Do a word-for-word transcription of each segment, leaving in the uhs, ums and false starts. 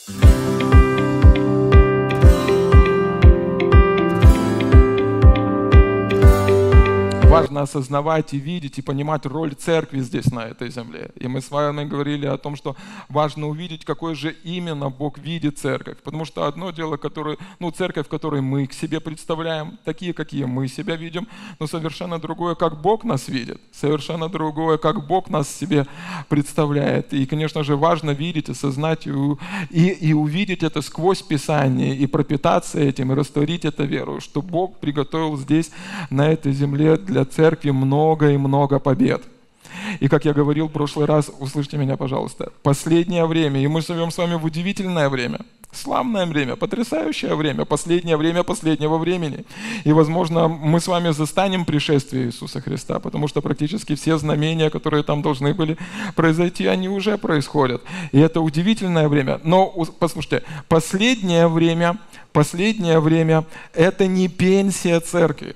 Важно осознавать и видеть, и понимать роль церкви здесь, на этой земле. И мы с вами говорили о том, что важно увидеть, какой же именно Бог видит церковь. Потому что одно дело, которое, ну, церковь, которую мы к себе представляем, такие, какие мы себя видим, но совершенно другое, как Бог нас видит. Совершенно другое, как Бог нас себе представляет. И, конечно же, важно видеть, осознать и, и, и увидеть это сквозь Писание, и пропитаться этим, и растворить это веру, что Бог приготовил здесь, на этой земле, для церкви много и много побед. И как я говорил в прошлый раз, услышьте меня, пожалуйста, последнее время, и мы живем с вами в удивительное время, славное время, потрясающее время, последнее время последнего времени. И, возможно, мы с вами застанем пришествие Иисуса Христа, потому что практически все знамения, которые там должны были произойти, они уже происходят. И это удивительное время. Но, послушайте, последнее время, последнее время – это не пенсия церкви.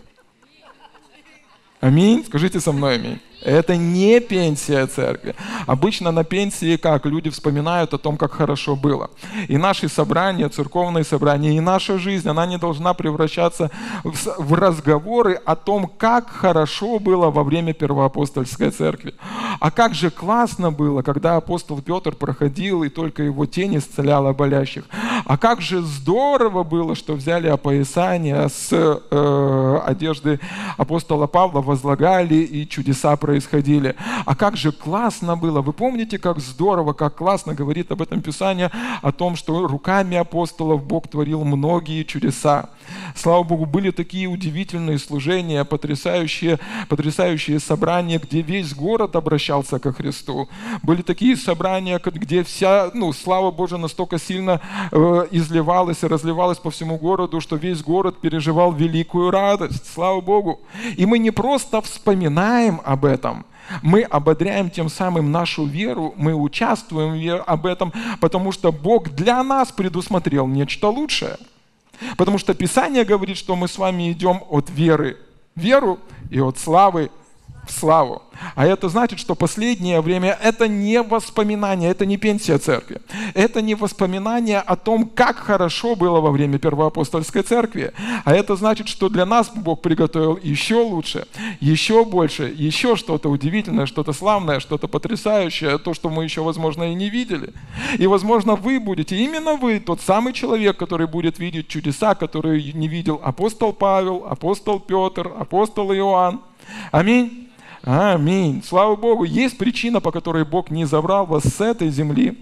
Аминь. Скажите со мной аминь. Это не пенсия церкви. Обычно на пенсии как? Люди вспоминают о том, как хорошо было. И наши собрания, церковные собрания, и наша жизнь, она не должна превращаться в разговоры о том, как хорошо было во время первоапостольской церкви. А как же классно было, когда апостол Петр проходил, и только его тень исцеляла болящих. А как же здорово было, что взяли опоясание с э, одежды апостола Павла, возлагали, и чудеса происходили. происходили. А как же классно было. Вы помните, как здорово, как классно говорит об этом Писание, о том, что руками апостолов Бог творил многие чудеса. Слава Богу, были такие удивительные служения, потрясающие, потрясающие собрания, где весь город обращался ко Христу. Были такие собрания, где вся, ну, слава Божия настолько сильно э, изливалась и разливалась по всему городу, что весь город переживал великую радость. Слава Богу. И мы не просто вспоминаем об этом, мы ободряем тем самым нашу веру, мы участвуем об этом, потому что Бог для нас предусмотрел нечто лучшее. Потому что Писание говорит, что мы с вами идем от веры в веру и от славы в славу. А это значит, что последнее время это не воспоминание, это не пенсия церкви. Это не воспоминание о том, как хорошо было во время первоапостольской церкви. А это значит, что для нас Бог приготовил еще лучше, еще больше, еще что-то удивительное, что-то славное, что-то потрясающее, то, что мы еще, возможно, и не видели. И, возможно, вы будете, именно вы, тот самый человек, который будет видеть чудеса, которые не видел апостол Павел, апостол Петр, апостол Иоанн. Аминь. Аминь. Слава Богу. Есть причина, по которой Бог не забрал вас с этой земли.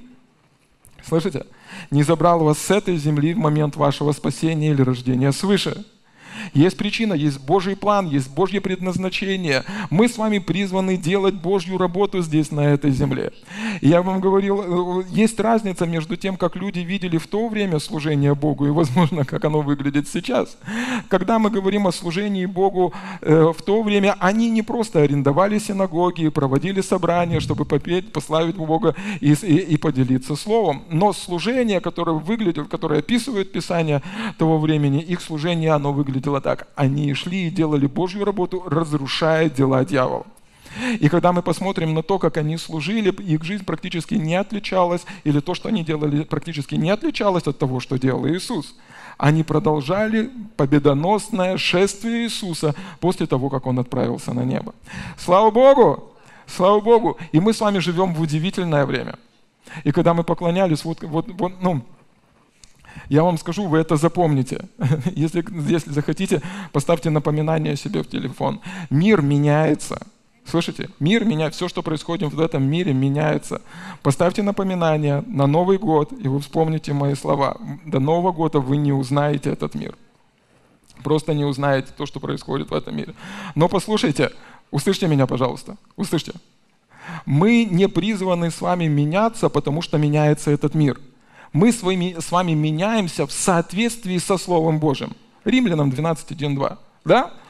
Слышите? Не забрал вас с этой земли в момент вашего спасения или рождения свыше. Есть причина, есть Божий план, есть Божье предназначение. Мы с вами призваны делать Божью работу здесь, на этой земле. И я вам говорил, есть разница между тем, как люди видели в то время служение Богу и, возможно, как оно выглядит сейчас. Когда мы говорим о служении Богу э, в то время, они не просто арендовали синагоги, проводили собрания, чтобы попеть, пославить Бога и, и, и поделиться Словом. Но служение, которое выглядит, которое описывает Писание того времени, их служение, оно выглядело так. Они шли и делали Божью работу, разрушая дела дьявола. И когда мы посмотрим на то, как они служили, их жизнь практически не отличалась, или то, что они делали, практически не отличалось от того, что делал Иисус. Они продолжали победоносное шествие Иисуса после того, как Он отправился на небо. Слава Богу! Слава Богу! И мы с вами живем в удивительное время. И когда мы поклонялись, вот, вот, вот ну, я вам скажу, вы это запомните. Если, если захотите, поставьте напоминание себе в телефон. Мир меняется. Слышите? Мир меняется. Все, что происходит в этом мире, меняется. Поставьте напоминание на Новый год, и вы вспомните мои слова. До Нового года вы не узнаете этот мир. Просто не узнаете то, что происходит в этом мире. Но послушайте, услышьте меня, пожалуйста. Услышьте. Мы не призваны с вами меняться, потому что меняется этот мир. Мы с вами, с вами меняемся в соответствии со Словом Божьим. Римлянам двенадцать, один, два. Да?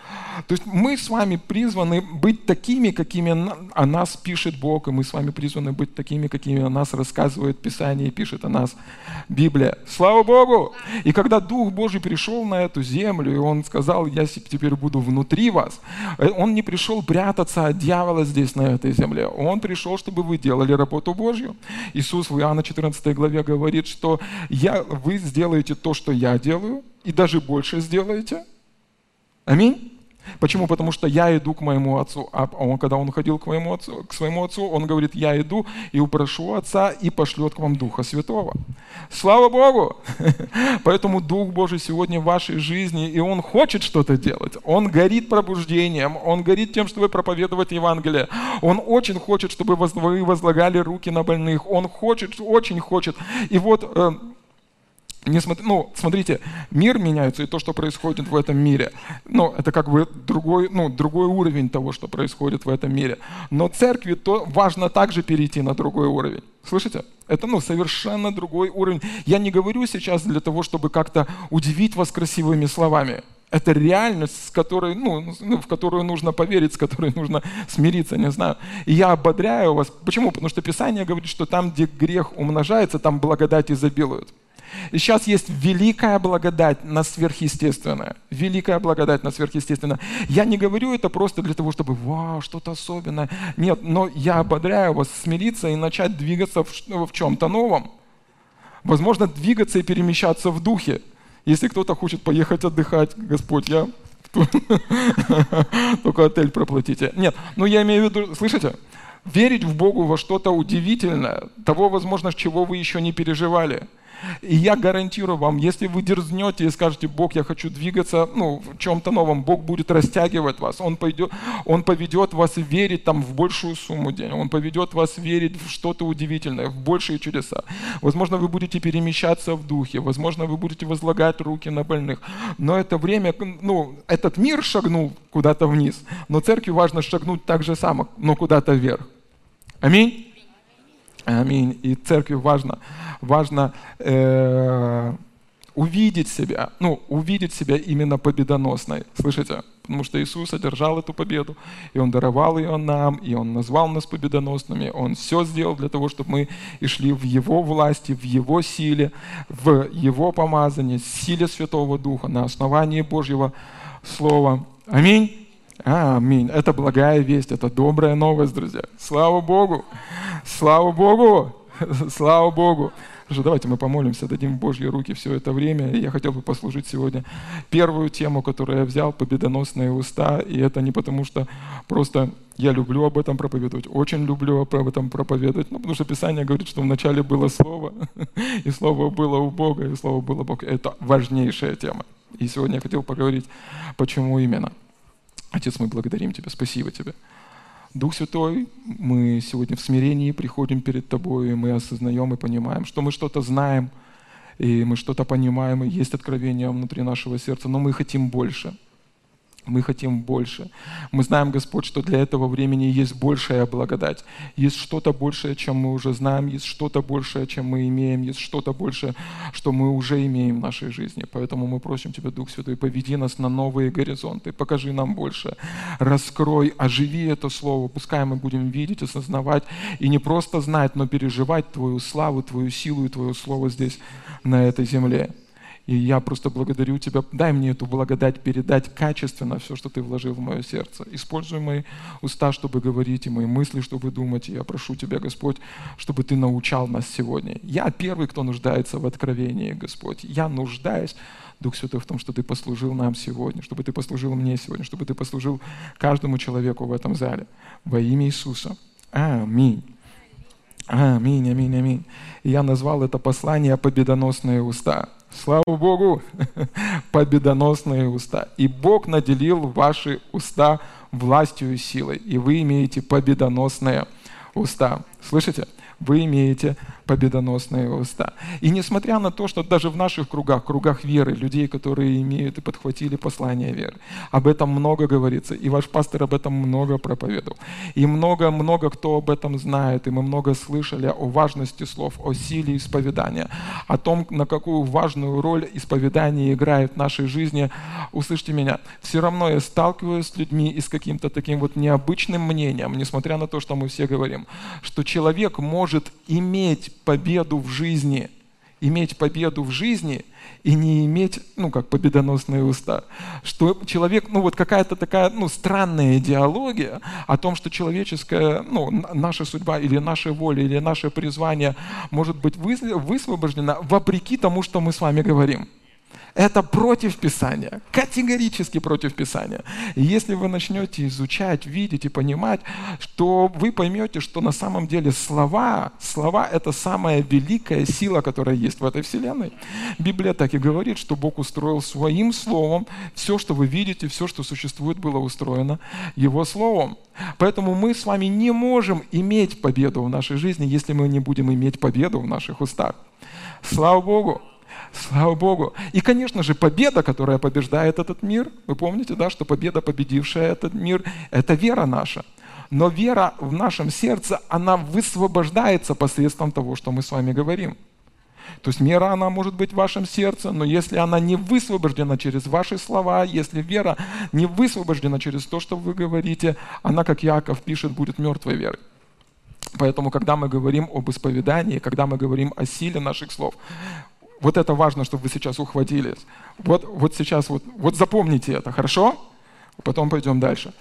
То есть мы с вами призваны быть такими, какими о нас пишет Бог, и мы с вами призваны быть такими, какими о нас рассказывает Писание и пишет о нас Библия. Слава Богу! И когда Дух Божий пришел на эту землю, и Он сказал, я теперь буду внутри вас, Он не пришел прятаться от дьявола здесь, на этой земле. Он пришел, чтобы вы делали работу Божью. Иисус в Иоанна четырнадцатой главе говорит, что я, вы сделаете то, что я делаю, и даже больше сделаете. Аминь. Почему? Потому что я иду к моему отцу. А он, когда он ходил к, моему отцу, к своему отцу, он говорит, я иду и упрошу отца и пошлет к вам Духа Святого. Слава Богу! Поэтому Дух Божий сегодня в вашей жизни, и Он хочет что-то делать. Он горит пробуждением, Он горит тем, чтобы проповедовать Евангелие. Он очень хочет, чтобы вы возлагали руки на больных. Он хочет, очень хочет. И вот... Не смотри, ну, смотрите, мир меняется, и то, что происходит в этом мире, ну, это как бы другой, ну, другой уровень того, что происходит в этом мире. Но церкви то важно также перейти на другой уровень. Слышите? Это, ну, совершенно другой уровень. Я не говорю сейчас для того, чтобы как-то удивить вас красивыми словами. Это реальность, с которой, ну, в которую нужно поверить, с которой нужно смириться, не знаю. И я ободряю вас. Почему? Потому что Писание говорит, что там, где грех умножается, там благодать изобилует. И сейчас есть великая благодать на сверхъестественное. Великая благодать на сверхъестественное. Я не говорю это просто для того, чтобы вау, что-то особенное. Нет, но я ободряю вас смириться и начать двигаться в, в чем-то новом. Возможно, двигаться и перемещаться в духе. Если кто-то хочет поехать отдыхать, Господь, я... Только отель проплатите. Нет, ну я имею в виду, слышите? Верить в Бога во что-то удивительное, того, возможно, чего вы еще не переживали. И я гарантирую вам, если вы дерзнете и скажете, Бог, я хочу двигаться, ну, в чем-то новом, Бог будет растягивать вас, Он, пойдет, он поведет вас верить там, в большую сумму денег, Он поведет вас верить в что-то удивительное, в большие чудеса. Возможно, вы будете перемещаться в духе, возможно, вы будете возлагать руки на больных. Но это время, ну, этот мир шагнул куда-то вниз, но церкви важно шагнуть так же само, но куда-то вверх. Аминь? Аминь. И церкви важно, важно э, увидеть себя, ну, увидеть себя именно победоносной. Слышите? Потому что Иисус одержал эту победу, и Он даровал ее нам, и Он назвал нас победоносными. Он все сделал для того, чтобы мы и шли в Его власти, в Его силе, в Его помазании, силе Святого Духа, на основании Божьего Слова. Аминь. Аминь. Это благая весть, это добрая новость, друзья. Слава Богу! Слава Богу! Слава Богу! Давайте мы помолимся, дадим в Божьи руки все это время. И я хотел бы послужить сегодня первую тему, которую я взял, победоносные уста. И это не потому, что просто я люблю об этом проповедовать, очень люблю об этом проповедовать, но потому что Писание говорит, что вначале было Слово, и Слово было у Бога, и Слово было Бог. Это важнейшая тема. И сегодня я хотел поговорить, почему именно. Отец, мы благодарим Тебя, спасибо Тебе. Дух Святой, мы сегодня в смирении приходим перед Тобой, и мы осознаем и понимаем, что мы что-то знаем, и мы что-то понимаем, и есть откровение внутри нашего сердца, но мы хотим больше. Мы хотим больше. Мы знаем, Господь, что для этого времени есть большая благодать. Есть что-то большее, чем мы уже знаем, есть что-то большее, чем мы имеем, есть что-то большее, что мы уже имеем в нашей жизни. Поэтому мы просим Тебя, Дух Святой, поведи нас на новые горизонты, покажи нам больше, раскрой, оживи это Слово. Пускай мы будем видеть, осознавать и не просто знать, но переживать Твою славу, Твою силу и Твое Слово здесь, на этой земле. И я просто благодарю Тебя, дай мне эту благодать передать качественно все, что Ты вложил в мое сердце. Используй мои уста, чтобы говорить, и мои мысли, чтобы думать. И я прошу Тебя, Господь, чтобы Ты научал нас сегодня. Я первый, кто нуждается в откровении, Господь. Я нуждаюсь, Дух Святой, в том, что Ты послужил нам сегодня, чтобы Ты послужил мне сегодня, чтобы Ты послужил каждому человеку в этом зале. Во имя Иисуса. Аминь. Аминь, аминь, аминь. И я назвал это послание «Победоносные уста». Слава Богу! Победоносные уста. И Бог наделил ваши уста властью и силой. И вы имеете победоносные уста. Слышите? вы имеете победоносные уста. И несмотря на то, что даже в наших кругах, кругах веры, людей, которые имеют и подхватили послание веры, об этом много говорится, и ваш пастор об этом много проповедовал. И много-много кто об этом знает, и мы много слышали о важности слов, о силе исповедания, о том, на какую важную роль исповедание играет в нашей жизни. Услышьте меня, все равно я сталкиваюсь с людьми и с каким-то таким вот необычным мнением, несмотря на то, что мы все говорим, что человек может иметь победу в жизни, иметь победу в жизни и не иметь, ну, как победоносные уста. Что человек, ну, вот какая-то такая, ну, странная идеология о том, что человеческая, ну, наша судьба или наша воля, или наше призвание может быть высвобождено вопреки тому, что мы с вами говорим. Это против Писания, категорически против Писания. И если вы начнете изучать, видеть и понимать, что вы поймете, что на самом деле слова, слова — это самая великая сила, которая есть в этой вселенной. Библия так и говорит, что Бог устроил своим словом все, что вы видите, все, что существует, было устроено Его словом. Поэтому мы с вами не можем иметь победу в нашей жизни, если мы не будем иметь победу в наших устах. Слава Богу! Слава Богу. И, конечно же, победа, которая побеждает этот мир, вы помните, да, что победа, победившая этот мир, это вера наша. Но вера в нашем сердце, она высвобождается посредством того, что мы с вами говорим. То есть вера, она может быть в вашем сердце, но если она не высвобождена через ваши слова, если вера не высвобождена через то, что вы говорите, она, как Иаков пишет, будет мертвой верой. Поэтому, когда мы говорим об исповедании, когда мы говорим о силе наших слов, вот это важно, чтобы вы сейчас ухватились. Вот, вот сейчас, вот, вот запомните это, хорошо? Потом пойдем дальше.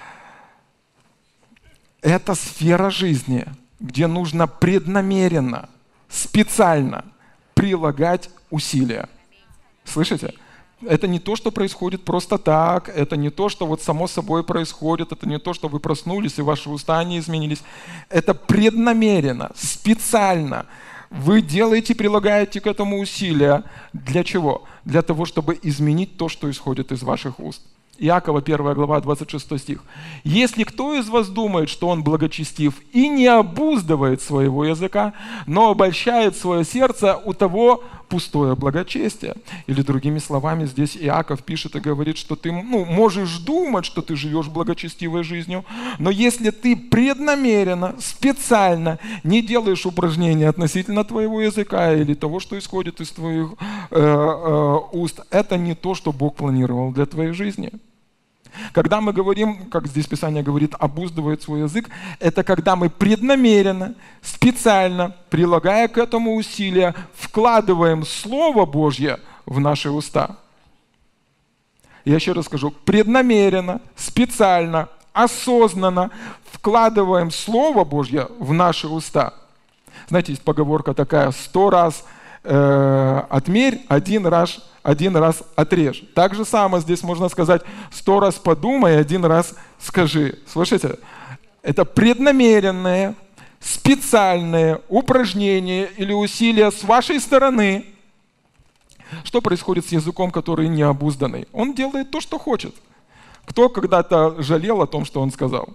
Это сфера жизни, где нужно преднамеренно, специально прилагать усилия. Слышите? Это не то, что происходит просто так, это не то, что вот само собой происходит, это не то, что вы проснулись и ваши уста не изменились. Это преднамеренно, специально. Вы делаете, прилагаете к этому усилия. Для чего? Для того, чтобы изменить то, что исходит из ваших уст. Иакова, первая глава, двадцать шестой стих. «Если кто из вас думает, что он благочестив и не обуздывает своего языка, но обольщает свое сердце, у того пустое благочестие». Или другими словами, здесь Иаков пишет и говорит, что ты, ну, можешь думать, что ты живешь благочестивой жизнью, но если ты преднамеренно, специально не делаешь упражнения относительно твоего языка или того, что исходит из твоих э, э, уст, это не то, что Бог планировал для твоей жизни. Когда мы говорим, как здесь Писание говорит, обуздывает свой язык, это когда мы преднамеренно, специально, прилагая к этому усилия, вкладываем Слово Божье в наши уста. Я еще раз скажу, преднамеренно, специально, осознанно вкладываем Слово Божье в наши уста. Знаете, есть поговорка такая: сто раз э, отмерь, один раз один раз отрежь. Так же самое здесь можно сказать: сто раз подумай, один раз скажи. Слышите? Это преднамеренное, специальное упражнение или усилие с вашей стороны. Что происходит с языком, который необузданный? Он делает то, что хочет. Кто когда-то жалел о том, что он сказал?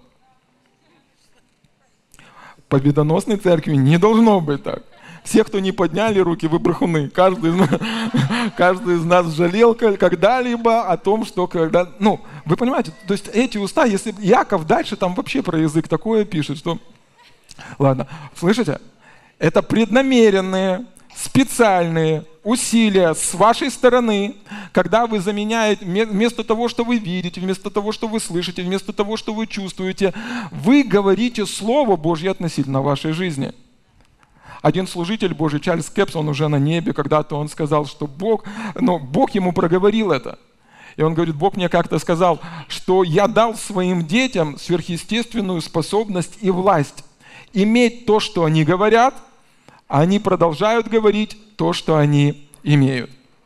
В победоносной церкви не должно быть так. Все, кто не подняли руки, вы брехуны. Каждый, каждый из нас жалел когда-либо о том, что когда... Ну, вы понимаете, то есть эти уста, если Иаков дальше там вообще про язык такое пишет, что... Ладно, слышите? Это преднамеренные, специальные усилия с вашей стороны, когда вы заменяете, вместо того, что вы видите, вместо того, что вы слышите, вместо того, что вы чувствуете, вы говорите Слово Божье относительно вашей жизни. Один служитель Божий, Чарльз Кепс, он уже на небе, когда-то он сказал, что Бог, ну, Бог ему проговорил это. И он говорит: Бог мне как-то сказал, что я дал своим детям сверхъестественную способность и власть иметь то, что они говорят, а они продолжают говорить то, что они имеют.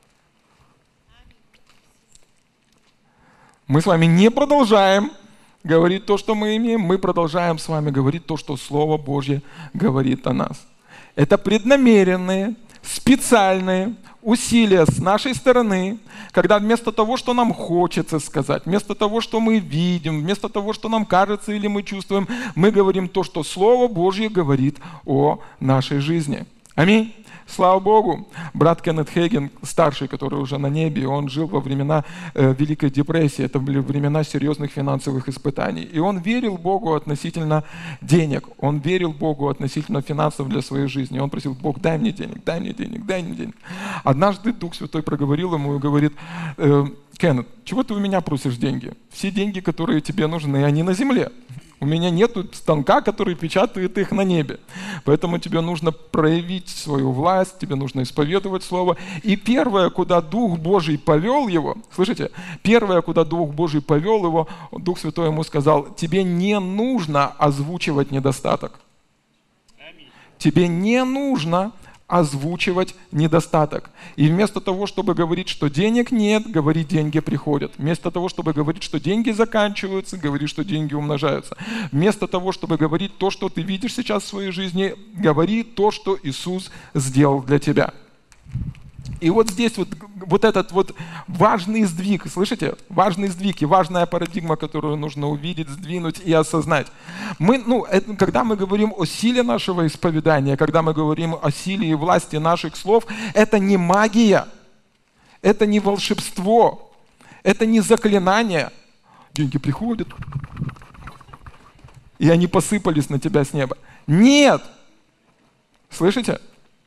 Мы с вами не продолжаем говорить то, что мы имеем, мы продолжаем с вами говорить то, что Слово Божье говорит о нас. Это преднамеренные, специальные усилия с нашей стороны, когда вместо того, что нам хочется сказать, вместо того, что мы видим, вместо того, что нам кажется или мы чувствуем, мы говорим то, что Слово Божье говорит о нашей жизни. Аминь. Слава Богу. Брат Кеннет Хейген, старший, который уже на небе, он жил во времена э, Великой депрессии. Это были времена серьезных финансовых испытаний. И он верил Богу относительно денег. Он верил Богу относительно финансов для своей жизни. Он просил: Бог, дай мне денег, дай мне денег, дай мне денег. Однажды Дух Святой проговорил ему и говорит: э, Кеннет, чего ты у меня просишь деньги? Все деньги, которые тебе нужны, они на земле. У меня нет станка, который печатает их на небе. Поэтому тебе нужно проявить свою власть, тебе нужно исповедовать Слово. И первое, куда Дух Божий повел его, слышите, первое, куда Дух Божий повел его, Дух Святой ему сказал: тебе не нужно озвучивать недостаток. Тебе не нужно озвучивать недостаток. И вместо того, чтобы говорить, что денег нет, говори: деньги приходят. Вместо того, чтобы говорить, что деньги заканчиваются, говори, что деньги умножаются. Вместо того, чтобы говорить то, что ты видишь сейчас в своей жизни, говори то, что Иисус сделал для тебя. И вот здесь вот, вот этот вот важный сдвиг, слышите? Важный сдвиг и важная парадигма, которую нужно увидеть, сдвинуть и осознать. Мы, ну, это, когда мы говорим о силе нашего исповедания, когда мы говорим о силе и власти наших слов, это не магия, это не волшебство, это не заклинание. Деньги приходят, и они посыпались на тебя с неба. Нет! Слышите?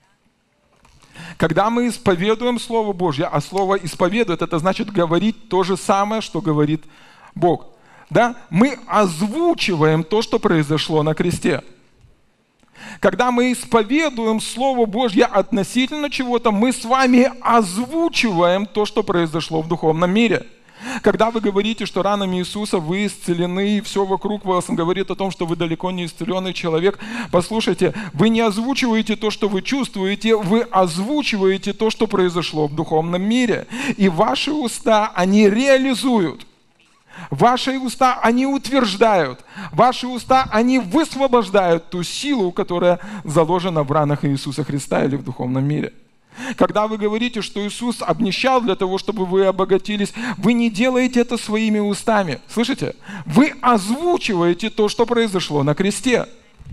Когда мы исповедуем Слово Божье, а Слово исповедует, это значит говорить то же самое, что говорит Бог. Да? Мы озвучиваем то, что произошло на кресте. Когда мы исповедуем Слово Божье относительно чего-то, мы с вами озвучиваем то, что произошло в духовном мире. Когда вы говорите, что ранами Иисуса вы исцелены, и все вокруг вас говорит о том, что вы далеко не исцеленный человек, послушайте, вы не озвучиваете то, что вы чувствуете, вы озвучиваете то, что произошло в духовном мире. И ваши уста, они реализуют. Ваши уста, они утверждают. Ваши уста, они высвобождают ту силу, которая заложена в ранах Иисуса Христа или в духовном мире. Когда вы говорите, что Иисус обнищал для того, чтобы вы обогатились, вы не делаете это своими устами. Слышите? Вы озвучиваете то, что произошло на кресте.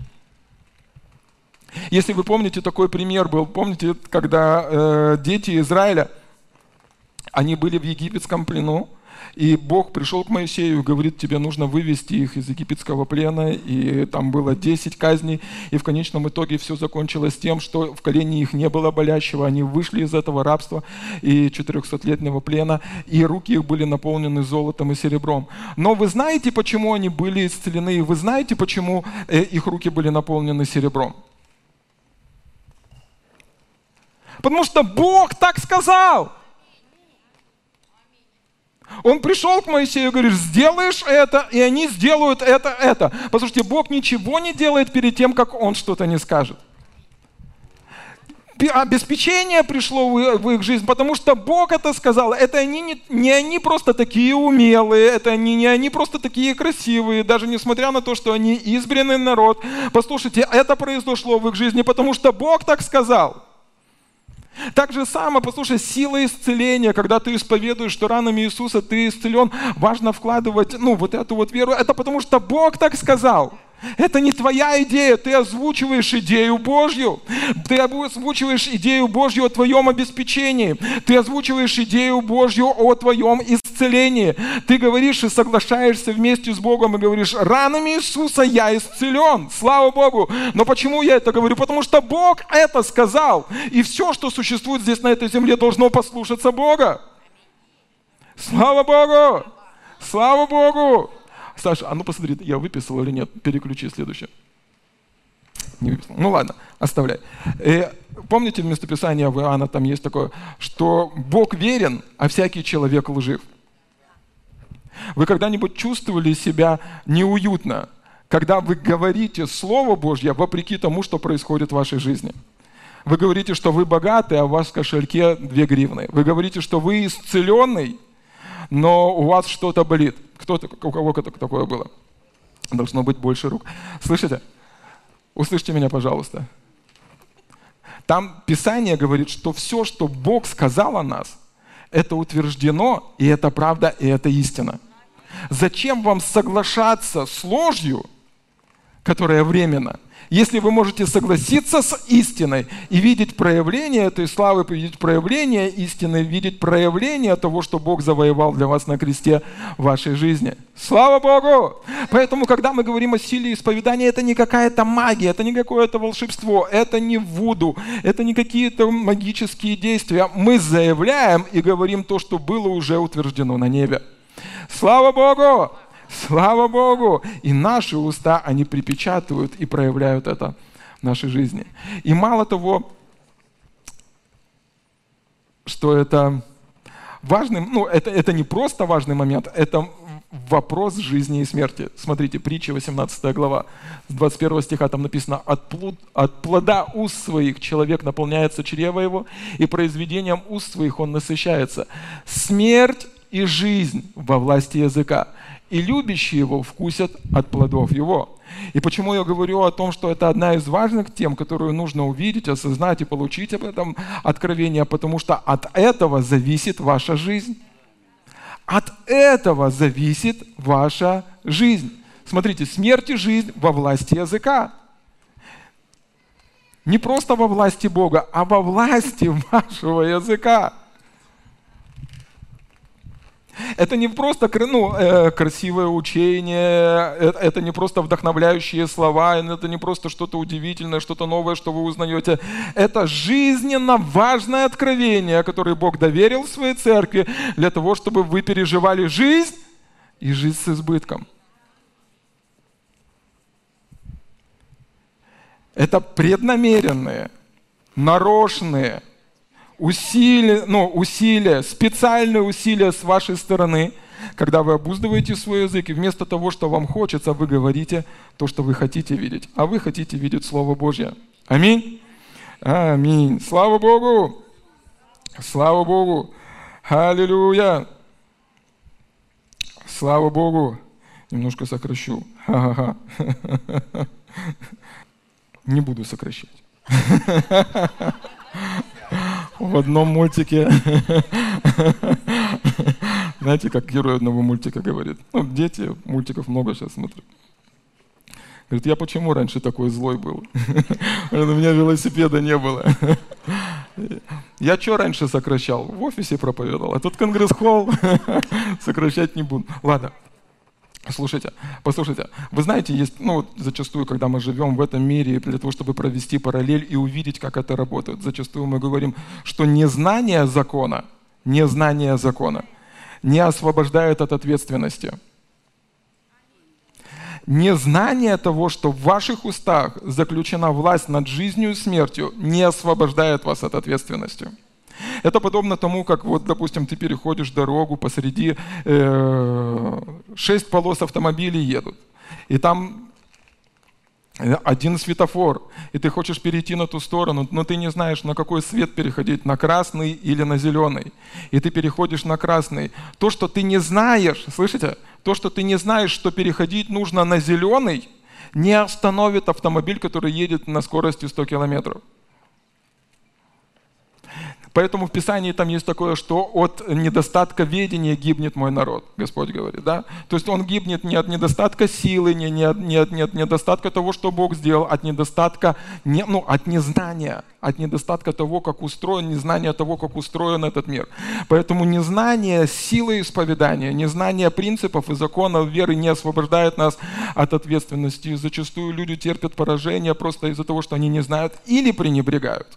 Если вы помните, такой пример был. Помните, когда э, дети Израиля, они были в египетском плену, и Бог пришел к Моисею и говорит: тебе нужно вывести их из египетского плена. И там было десять казней. И в конечном итоге все закончилось тем, что в колене их не было болящего. Они вышли из этого рабства и четырехсотлетнего плена. И руки их были наполнены золотом и серебром. Но вы знаете, почему они были исцелены? И вы знаете, почему их руки были наполнены серебром? Потому что Бог так сказал. Он пришел к Моисею и говорит: сделаешь это, и они сделают это, это. Послушайте, Бог ничего не делает перед тем, как Он что-то не скажет. Обеспечение пришло в их жизнь, потому что Бог это сказал. Это они не, не они просто такие умелые, это они, не они просто такие красивые, даже несмотря на то, что они избранный народ. Послушайте, это произошло в их жизни, потому что Бог так сказал. Так же самое, послушай, сила исцеления, когда ты исповедуешь, что ранами Иисуса ты исцелен, важно вкладывать, ну, вот эту вот веру. Это потому что Бог так сказал. Это не твоя идея, ты озвучиваешь идею Божью. Ты озвучиваешь идею Божью о твоем обеспечении. Ты озвучиваешь идею Божью о твоем исцелении. Ты говоришь и соглашаешься вместе с Богом и говоришь: ранами Иисуса я исцелен. Слава Богу. Но почему я это говорю? Потому что Бог это сказал. И все, что существует здесь на этой земле, должно послушаться Бога. Слава Богу. Слава Богу. Саша, а ну посмотри, я выписал или нет? Переключи следующее. Не выписал. Ну ладно, оставляй. И помните в местописании в Иоанна, там есть такое, что Бог верен, а всякий человек лжив. Вы когда-нибудь чувствовали себя неуютно, когда вы говорите Слово Божье вопреки тому, что происходит в вашей жизни? Вы говорите, что вы богаты, а у вас в кошельке две гривны. Вы говорите, что вы исцеленный, но у вас что-то болит. Кто-то, у кого такое было? Должно быть больше рук. Слышите? Услышьте меня, пожалуйста. Там Писание говорит, что все, что Бог сказал о нас, это утверждено, и это правда, и это истина. Зачем вам соглашаться с ложью, которая временна, если вы можете согласиться с истиной и видеть проявление этой славы, видеть проявление истины, видеть проявление того, что Бог завоевал для вас на кресте в вашей жизни. Слава Богу! Поэтому, когда мы говорим о силе исповедания, это не какая-то магия, это не какое-то волшебство, это не вуду, это не какие-то магические действия. Мы заявляем и говорим то, что было уже утверждено на небе. Слава Богу! Слава Богу! И наши уста, они припечатывают и проявляют это в нашей жизни. И мало того, что это важный, ну, это, это не просто важный момент, это вопрос жизни и смерти. Смотрите, притча, восемнадцатая глава, с двадцать первого стиха там написано: «От, плод, от плода уст своих человек наполняется чрево его, и произведением уст своих он насыщается. Смерть и жизнь во власти языка, и любящие его вкусят от плодов его». И почему я говорю о том, что это одна из важных тем, которую нужно увидеть, осознать и получить об этом откровение, потому что от этого зависит ваша жизнь. От этого зависит ваша жизнь. Смотрите, смерть и жизнь во власти языка. Не просто во власти Бога, а во власти вашего языка. Это не просто ну, э, красивое учение, это, это не просто вдохновляющие слова, это не просто что-то удивительное, что-то новое, что вы узнаете. Это жизненно важное откровение, которое Бог доверил своей церкви для того, чтобы вы переживали жизнь и жизнь с избытком. Это преднамеренные, нарочные усилия, ну, усилия, специальные усилия с вашей стороны, когда вы обуздываете свой язык, и вместо того, что вам хочется, вы говорите то, что вы хотите видеть. А вы хотите видеть Слово Божье. Аминь. Аминь. Слава Богу. Слава Богу. Аллилуйя. Слава Богу. Немножко сокращу. Ха-ха-ха. Не буду сокращать. В одном мультике, знаете, как герой одного мультика говорит, ну, дети, мультиков много сейчас смотрят. Говорит: я почему раньше такой злой был? У меня велосипеда не было. Я что раньше сокращал? В офисе проповедовал, а тут конгресс-холл, сокращать не буду. Ладно. Слушайте, послушайте, вы знаете, есть, ну, зачастую, когда мы живем в этом мире, для того, чтобы провести параллель и увидеть, как это работает, зачастую мы говорим, что незнание закона, незнание закона не освобождает от ответственности. Незнание того, что в ваших устах заключена власть над жизнью и смертью, не освобождает вас от ответственности. Это подобно тому, как, вот, допустим, ты переходишь дорогу, посреди э, шесть полос автомобилей едут, и там один светофор, и ты хочешь перейти на ту сторону, но ты не знаешь, на какой свет переходить, на красный или на зеленый, и ты переходишь на красный. То, что ты не знаешь, слышите, то, что ты не знаешь, что переходить нужно на зеленый, не остановит автомобиль, который едет на скорости сто километров. Поэтому в Писании там есть такое, что от недостатка ведения гибнет мой народ, Господь говорит, да? То есть он гибнет не от недостатка силы, не, не, от, не, от, не от недостатка того, что Бог сделал, от недостатка, не, ну, от незнания, от недостатка того, как устроен, незнания того, как устроен этот мир. Поэтому незнание силы исповедания, незнание принципов и законов веры не освобождает нас от ответственности. И зачастую люди терпят поражение просто из-за того, что они не знают или пренебрегают.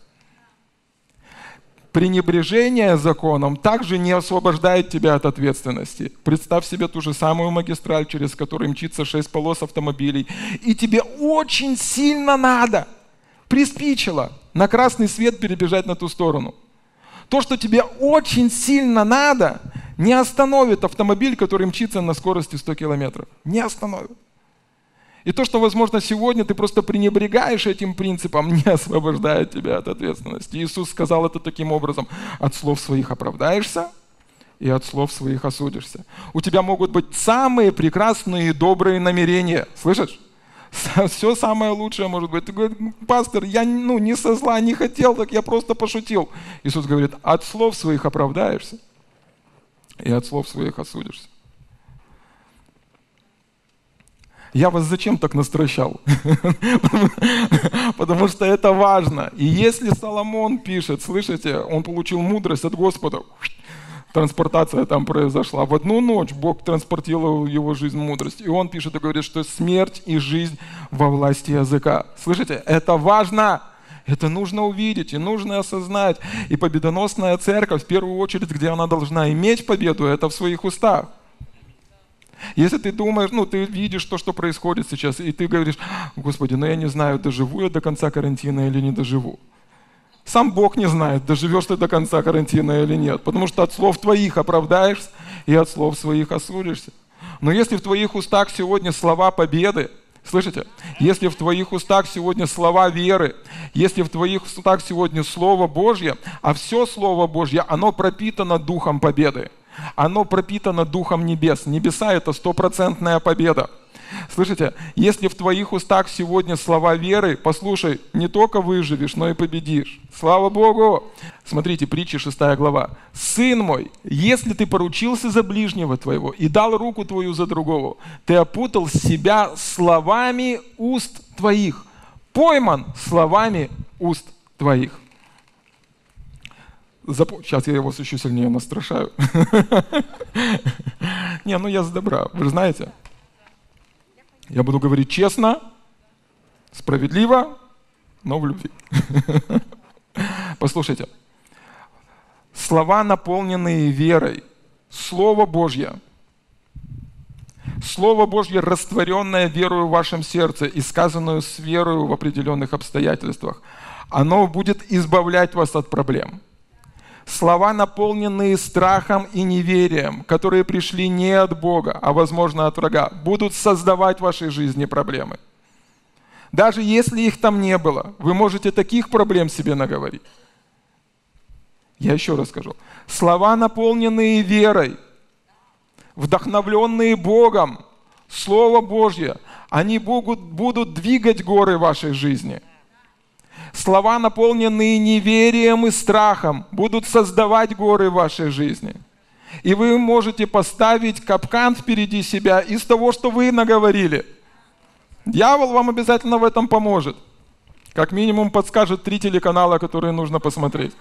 Пренебрежение законом также не освобождает тебя от ответственности. Представь себе ту же самую магистраль, через которую мчится шесть полос автомобилей, и тебе очень сильно надо, приспичило, на красный свет перебежать на ту сторону. То, что тебе очень сильно надо, не остановит автомобиль, который мчится на скорости сто километров. Не остановит. И то, что, возможно, сегодня ты просто пренебрегаешь этим принципом, не освобождает тебя от ответственности. Иисус сказал это таким образом: от слов своих оправдаешься и от слов своих осудишься. У тебя могут быть самые прекрасные и добрые намерения. Слышишь? Все самое лучшее может быть. Ты говоришь: пастор, я ну, не со зла, не хотел, так я просто пошутил. Иисус говорит: от слов своих оправдаешься, и от слов своих осудишься. Я вас зачем так настращал? Потому что это важно. И если Соломон пишет, слышите, он получил мудрость от Господа, транспортация там произошла. В одну ночь Бог транспортировал его жизнь мудрость. И он пишет и говорит, что смерть и жизнь во власти языка. Слышите, это важно. Это нужно увидеть и нужно осознать. И победоносная церковь, в первую очередь, где она должна иметь победу, это в своих устах. Если ты думаешь, ну, ты видишь то, что происходит сейчас, и ты говоришь: Господи, ну я не знаю, доживу я до конца карантина или не доживу. Сам Бог не знает, доживешь ты до конца карантина или нет, потому что от слов твоих оправдаешься и от слов своих осудишься. Но если в твоих устах сегодня слова победы, слышите? Если в твоих устах сегодня слова веры, если в твоих устах сегодня Слово Божье, а все Слово Божье, оно пропитано Духом победы. Оно пропитано Духом небес. Небеса — это стопроцентная победа. Слышите, если в твоих устах сегодня слова веры, послушай, не только выживешь, но и победишь. Слава Богу! Смотрите, Притчи шестая глава. «Сын мой, если ты поручился за ближнего твоего и дал руку твою за другого, ты опутал себя словами уст твоих, пойман словами уст твоих». Сейчас я его еще сильнее настрашаю. Не, ну я с добра, вы же знаете. Я буду говорить честно, справедливо, но в любви. Послушайте. Слова, наполненные верой, Слово Божье, Слово Божье, растворенное верою в вашем сердце и сказанное с верою в определенных обстоятельствах, оно будет избавлять вас от проблем. Слова, наполненные страхом и неверием, которые пришли не от Бога, а, возможно, от врага, будут создавать в вашей жизни проблемы. Даже если их там не было, вы можете таких проблем себе наговорить. Я еще раз скажу. Слова, наполненные верой, вдохновленные Богом, Слово Божье, они будут, будут двигать горы вашей жизни. Слова, наполненные неверием и страхом, будут создавать горы в вашей жизни. И вы можете поставить капкан впереди себя из того, что вы наговорили. Дьявол вам обязательно в этом поможет. Как минимум подскажет три телеканала, которые нужно посмотреть.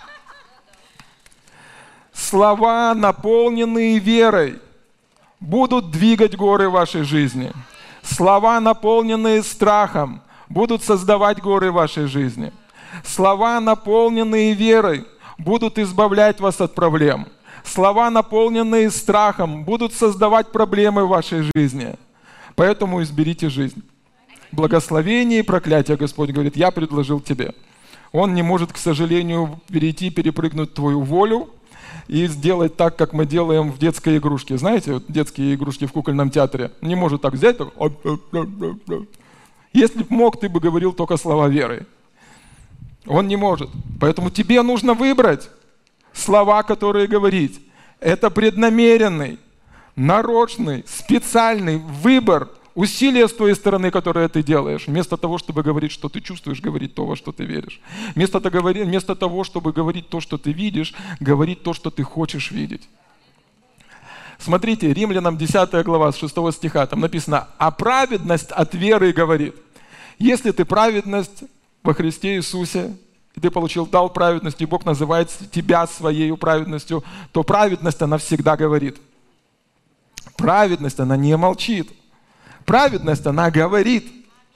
Слова, наполненные верой, будут двигать горы вашей жизни. Слова, наполненные страхом, будут создавать горы в вашей жизни. Слова, наполненные верой, будут избавлять вас от проблем. Слова, наполненные страхом, будут создавать проблемы в вашей жизни. Поэтому изберите жизнь. Благословение и проклятие, Господь говорит, я предложил тебе. Он не может, к сожалению, перейти, перепрыгнуть твою волю и сделать так, как мы делаем в детской игрушке. Знаете, вот детские игрушки в кукольном театре. Не может так взять, так... Если бы мог, ты бы говорил только слова веры. Он не может. Поэтому тебе нужно выбрать слова, которые говорить. Это преднамеренный, нарочный, специальный выбор, усилия с твоей стороны, которые ты делаешь. Вместо того, чтобы говорить, что ты чувствуешь, говорить то, во что ты веришь. Вместо того, вместо того, чтобы говорить то, что ты видишь, говорить то, что ты хочешь видеть. Смотрите, Римлянам десятая глава, с шестого стиха, там написано: «А праведность от веры говорит». Если ты праведность во Христе Иисусе, и ты получил дар праведности, и Бог называет тебя своей праведностью, то праведность, она всегда говорит. Праведность, она не молчит. Праведность, она говорит.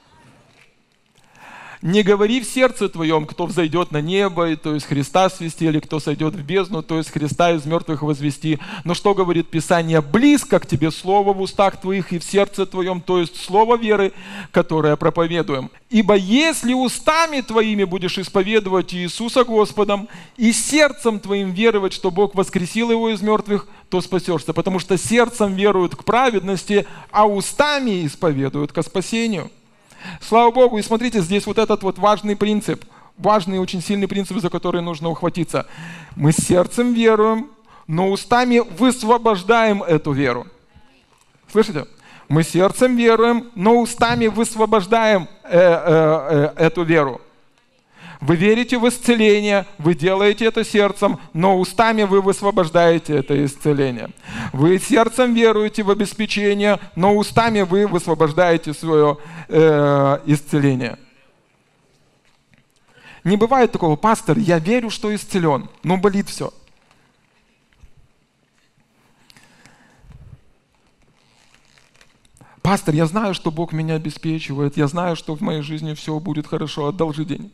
Не говори в сердце твоем, кто взойдет на небо, то есть Христа свести, или кто сойдет в бездну, то есть Христа из мертвых возвести. Но что говорит Писание? Близко к тебе слово в устах твоих и в сердце твоем, то есть слово веры, которое проповедуем. Ибо если устами твоими будешь исповедовать Иисуса Господом и сердцем твоим веровать, что Бог воскресил его из мертвых, то спасешься. Потому что сердцем веруют к праведности, а устами исповедуют ко спасению. Слава Богу, и смотрите, здесь вот этот вот важный принцип, важный и очень сильный принцип, за который нужно ухватиться. Мы сердцем веруем, но устами высвобождаем эту веру. Слышите? Мы сердцем веруем, но устами высвобождаем э, э, э, эту веру. Вы верите в исцеление, вы делаете это сердцем, но устами вы высвобождаете это исцеление. Вы сердцем веруете в обеспечение, но устами вы высвобождаете свое э, исцеление. Не бывает такого: пастор, я верю, что исцелен, но болит все. Пастор, я знаю, что Бог меня обеспечивает, я знаю, что в моей жизни все будет хорошо, одолжи денег.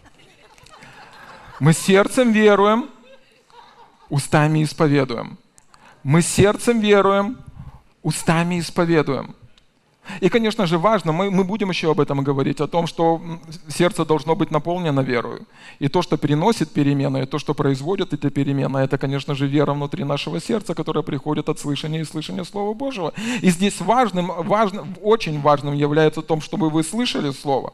Мы сердцем веруем, устами исповедуем. Мы сердцем веруем, устами исповедуем. И, конечно же, важно, мы, мы будем еще об этом говорить, о том, что сердце должно быть наполнено верою. И то, что переносит перемены, и то, что производит эти перемены, это, конечно же, вера внутри нашего сердца, которая приходит от слышания и слышания Слова Божьего. И здесь важным, важным, очень важным является то, чтобы вы слышали Слово.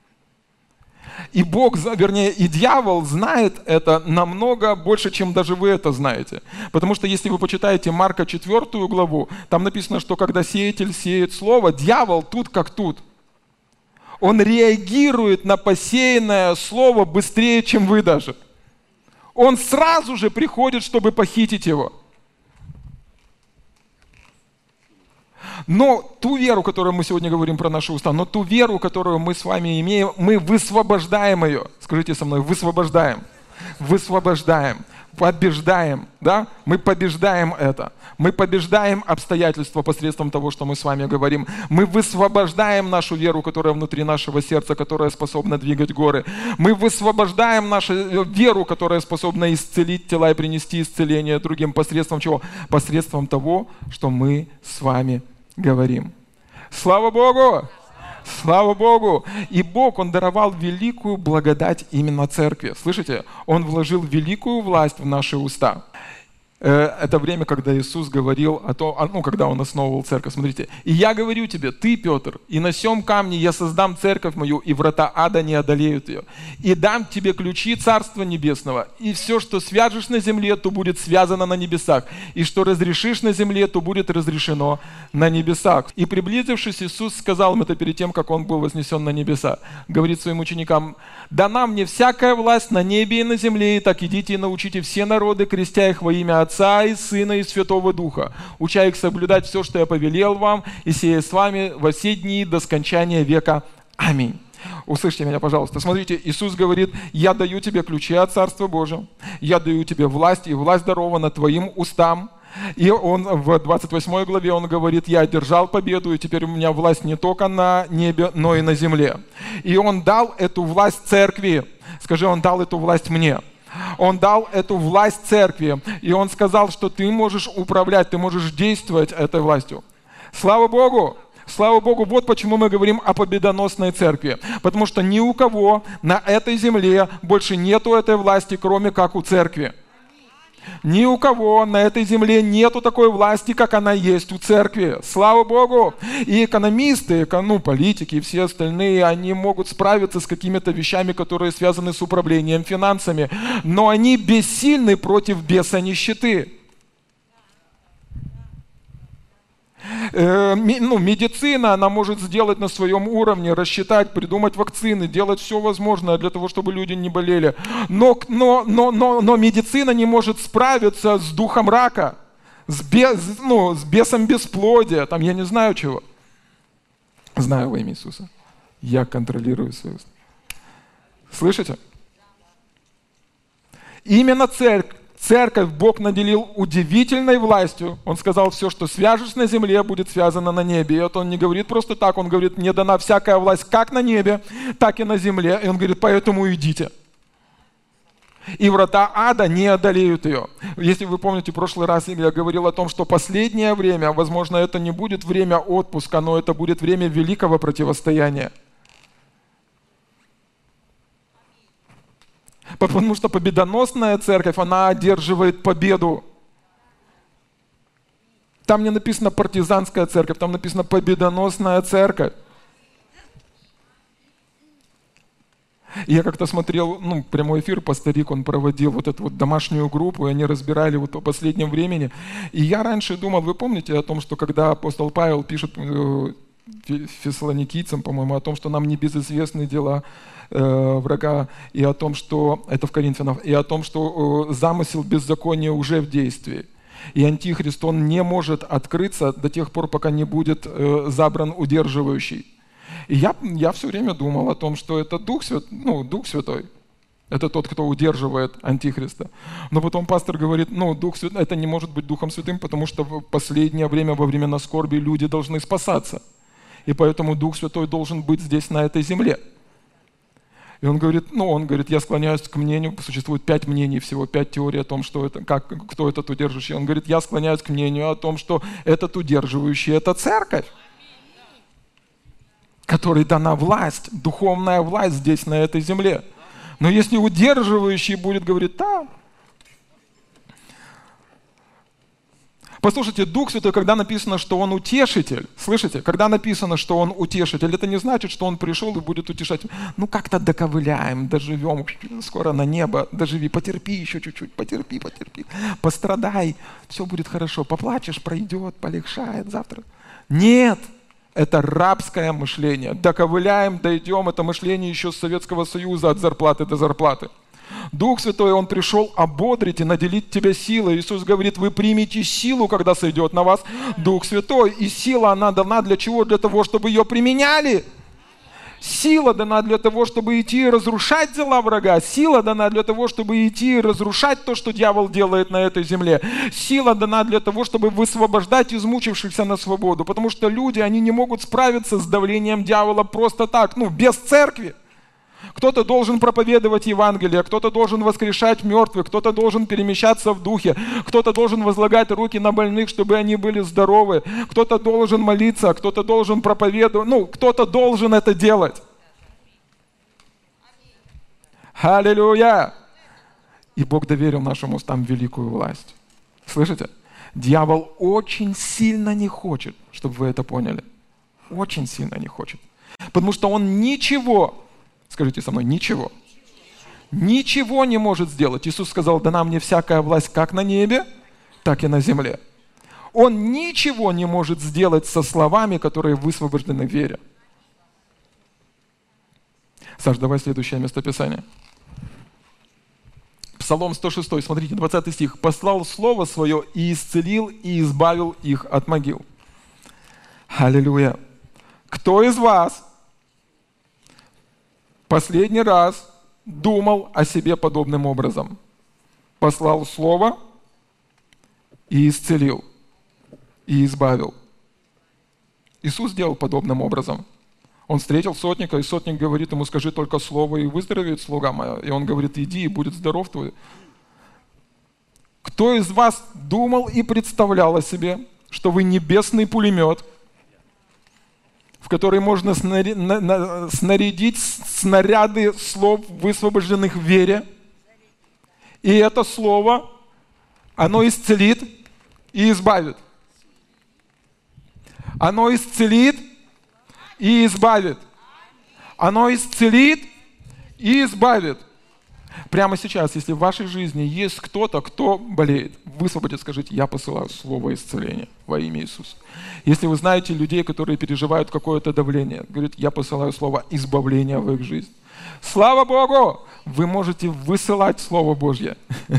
И Бог, вернее, и дьявол знает это намного больше, чем даже вы это знаете. Потому что если вы почитаете Марка четвёртую главу, там написано, что когда сеятель сеет слово, дьявол тут как тут. Он реагирует на посеянное слово быстрее, чем вы даже. Он сразу же приходит, чтобы похитить его. Но ту веру, которую мы сегодня говорим про наши уста, но ту веру, которую мы с вами имеем, мы высвобождаем ее. Скажите со мной: высвобождаем. Высвобождаем. Побеждаем. Да? Мы побеждаем это. Мы побеждаем обстоятельства посредством того, что мы с вами говорим. Мы высвобождаем нашу веру, которая внутри нашего сердца, которая способна двигать горы. Мы высвобождаем нашу веру, которая способна исцелить тела и принести исцеление другим. Посредством чего? Посредством того, что мы с вами говорим. Слава Богу! Слава Богу! И Бог, Он даровал великую благодать именно церкви. Слышите? Он вложил великую власть в наши уста. Это время, когда Иисус говорил о том, ну, когда Он основывал церковь. Смотрите. «И я говорю тебе, ты, Петр, и на сем камне я создам церковь мою, и врата ада не одолеют ее. И дам тебе ключи Царства Небесного, и все, что свяжешь на земле, то будет связано на небесах, и что разрешишь на земле, то будет разрешено на небесах». И приблизившись, Иисус сказал им это перед тем, как Он был вознесен на небеса. Говорит своим ученикам: «Дана мне всякая власть на небе и на земле, и так идите и научите все народы, крестя их во имя Отца и Сына и Святого Духа, уча их соблюдать все, что я повелел вам, и сея с вами во все дни до скончания века. Аминь». Услышьте меня, пожалуйста. Смотрите, Иисус говорит: «Я даю тебе ключи от Царства Божьего, я даю тебе власть, и власть дарована твоим устам». И он в двадцать восьмой главе он говорит: «Я одержал победу, и теперь у меня власть не только на небе, но и на земле». И он дал эту власть церкви. Скажи: он дал эту власть мне. Он дал эту власть церкви. И Он сказал, что ты можешь управлять, ты можешь действовать этой властью. Слава Богу! Слава Богу! Вот почему мы говорим о победоносной церкви. Потому что ни у кого на этой земле больше нету этой власти, кроме как у церкви. Ни у кого на этой земле нету такой власти, как она есть у церкви. Слава Богу! И экономисты, ну, политики и все остальные, они могут справиться с какими-то вещами, которые связаны с управлением финансами, но они бессильны против беса нищеты. Э, ну, медицина, она может сделать на своем уровне, рассчитать, придумать вакцины, делать все возможное для того, чтобы люди не болели. Но, но, но, но, но медицина не может справиться с духом рака, с, бес, ну, с бесом бесплодия, там я не знаю чего. Знаю во имя Иисуса. Я контролирую свои уста. Слышите? Именно церковь. Церковь Бог наделил удивительной властью. Он сказал: все, что свяжешь на земле, будет связано на небе. И это Он не говорит просто так. Он говорит: мне дана всякая власть как на небе, так и на земле. И Он говорит: поэтому идите. И врата ада не одолеют ее. Если вы помните, в прошлый раз я говорил о том, что последнее время, возможно, это не будет время отпуска, но это будет время великого противостояния. Потому что победоносная церковь, она одерживает победу. Там не написано партизанская церковь, там написано победоносная церковь. И я как-то смотрел, ну, прямой эфир, пасторик, он проводил вот эту вот домашнюю группу, и они разбирали вот о последнем времени. И я раньше думал, вы помните о том, что когда апостол Павел пишет э, фессалоникийцам, по-моему, о том, что нам не безызвестны дела э, врага, и о том, что, это в Коринфянах, и о том, что э, замысел беззакония уже в действии. И Антихрист, он не может открыться до тех пор, пока не будет э, забран удерживающий. И я, я все время думал о том, что это Дух, Свят, ну, Дух Святой. Это тот, кто удерживает Антихриста. Но потом пастор говорит, ну, Дух Святой, это не может быть Духом Святым, потому что в последнее время, во времена скорби, люди должны спасаться. И поэтому Дух Святой должен быть здесь, на этой земле. И он говорит, ну, он говорит, я склоняюсь к мнению, существует пять мнений всего, пять теорий о том, что это, как, кто этот удерживающий. Он говорит, я склоняюсь к мнению о том, что этот удерживающий – это церковь, которой дана власть, духовная власть здесь, на этой земле. Но если удерживающий будет говорить, да. Послушайте, Дух Святой, когда написано, что Он утешитель, слышите, когда написано, что Он утешитель, это не значит, что Он пришел и будет утешать. Ну как-то доковыляем, доживем, скоро на небо, доживи, потерпи еще чуть-чуть, потерпи, потерпи, пострадай, все будет хорошо, поплачешь, пройдет, полегшает завтра. Нет. Это рабское мышление. Доковыляем, дойдем. Это мышление еще с Советского Союза от зарплаты до зарплаты. Дух Святой, Он пришел ободрить и наделить тебя силой. Иисус говорит, вы примете силу, когда сойдет на вас Дух Святой. И сила, она дана для чего? Для того, чтобы ее применяли. Сила дана для того, чтобы идти и разрушать дела врага. Сила дана для того, чтобы идти и разрушать то, что дьявол делает на этой земле. Сила дана для того, чтобы высвобождать измучившихся на свободу. Потому что люди, они не могут справиться с давлением дьявола просто так, ну, без церкви. Кто-то должен проповедовать Евангелие, кто-то должен воскрешать мертвых, кто-то должен перемещаться в духе, кто-то должен возлагать руки на больных, чтобы они были здоровы, кто-то должен молиться, кто-то должен проповедовать, ну, кто-то должен это делать. Аллилуйя! И Бог доверил нашим устам великую власть. Слышите? Дьявол очень сильно не хочет, чтобы вы это поняли. Очень сильно не хочет. Потому что он ничего... Скажите со мной, ничего. Ничего не может сделать. Иисус сказал, дана мне всякая власть как на небе, так и на земле. Он ничего не может сделать со словами, которые высвобождены в вере. Саш, давай следующее местописание. Псалом сто шесть, смотрите, двадцатый стих. «Послал слово свое и исцелил, и избавил их от могил». Аллилуйя. Кто из вас последний раз думал о себе подобным образом? Послал слово и исцелил, и избавил. Иисус сделал подобным образом. Он встретил сотника, и сотник говорит ему, скажи только слово, и выздоровеет слуга моя. И он говорит, иди, и будет здоров твой. Кто из вас думал и представлял о себе, что вы небесный пулемет, в который можно снарядить снаряды слов, высвобожденных в вере. И это слово, оно исцелит и избавит. Оно исцелит и избавит. Оно исцелит и избавит. Прямо сейчас, если в вашей жизни есть кто-то, кто болеет, высвободит, скажите, я посылаю слово исцеления во имя Иисуса. Если вы знаете людей, которые переживают какое-то давление, говорит, я посылаю слово избавления в их жизнь. Слава Богу! Вы можете высылать Слово Божье.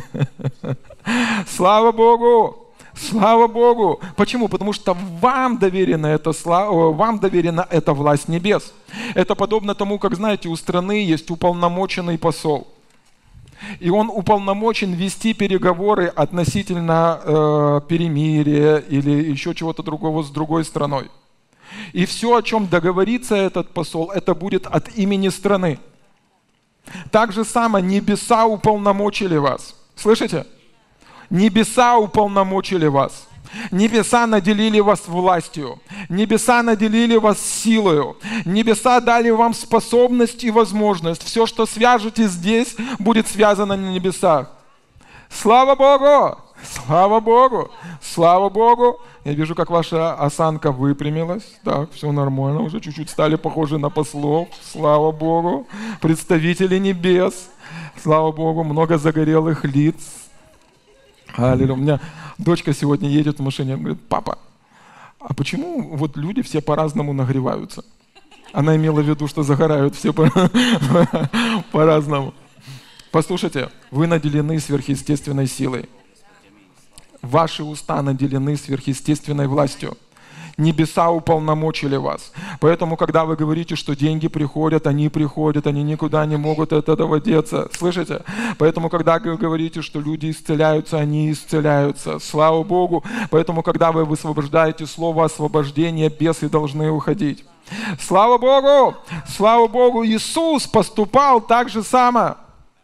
Слава Богу! Слава Богу! Почему? Потому что вам доверена эта, слава, вам доверена эта власть небес. Это подобно тому, как, знаете, у страны есть уполномоченный посол. И он уполномочен вести переговоры относительно э, перемирия или еще чего-то другого с другой страной. И все, о чем договорится этот посол, это будет от имени страны. Так же само небеса уполномочили вас. Слышите? Небеса уполномочили вас. Небеса наделили вас властью. Небеса наделили вас силою. Небеса дали вам способность и возможность. Все, что свяжете здесь, будет связано на небесах. Слава Богу! Слава Богу! Слава Богу! Я вижу, как ваша осанка выпрямилась. Так, все нормально. Уже чуть-чуть стали похожи на послов. Слава Богу! Представители небес. Слава Богу! Много загорелых лиц. Аллилуйя. У меня дочка сегодня едет в машине. Она говорит: папа, а почему вот люди все по-разному нагреваются? Она имела в виду, что загорают все по- по-разному. Послушайте, вы наделены сверхъестественной силой. Ваши уста наделены сверхъестественной властью. Небеса уполномочили вас. Поэтому, когда вы говорите, что деньги приходят, они приходят, они никуда не могут от этого деться. Слышите? Поэтому, когда вы говорите, что люди исцеляются, они исцеляются. Слава Богу. Поэтому, когда вы высвобождаете слово освобождения, бесы должны уходить. Слава Богу! Слава Богу! Иисус поступал так же само.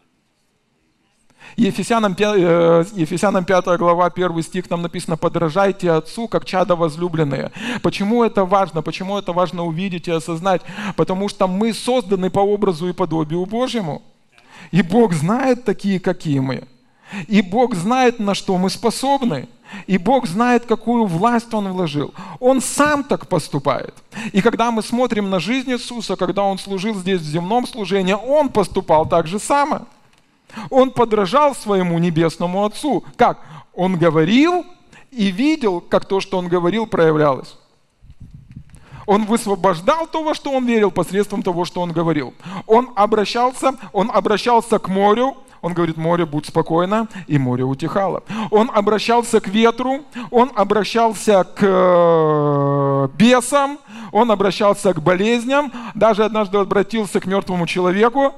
Ефесянам, Ефесянам пятая глава, первый стих, там написано: «Подражайте Отцу, как чада возлюбленные». Почему это важно? Почему это важно увидеть и осознать? Потому что мы созданы по образу и подобию Божьему. И Бог знает такие, какие мы. И Бог знает, на что мы способны. И Бог знает, какую власть Он вложил. Он сам так поступает. И когда мы смотрим на жизнь Иисуса, когда Он служил здесь в земном служении, Он поступал так же само. Он подражал своему небесному Отцу. Как? Он говорил и видел, как то, что Он говорил, проявлялось. Он высвобождал то, во что Он верил, посредством того, что Он говорил. Он обращался, он обращался к морю. Он говорит: море, будь спокойно, и море утихало. Он обращался к ветру, он обращался к бесам, он обращался к болезням, даже однажды обратился к мертвому человеку.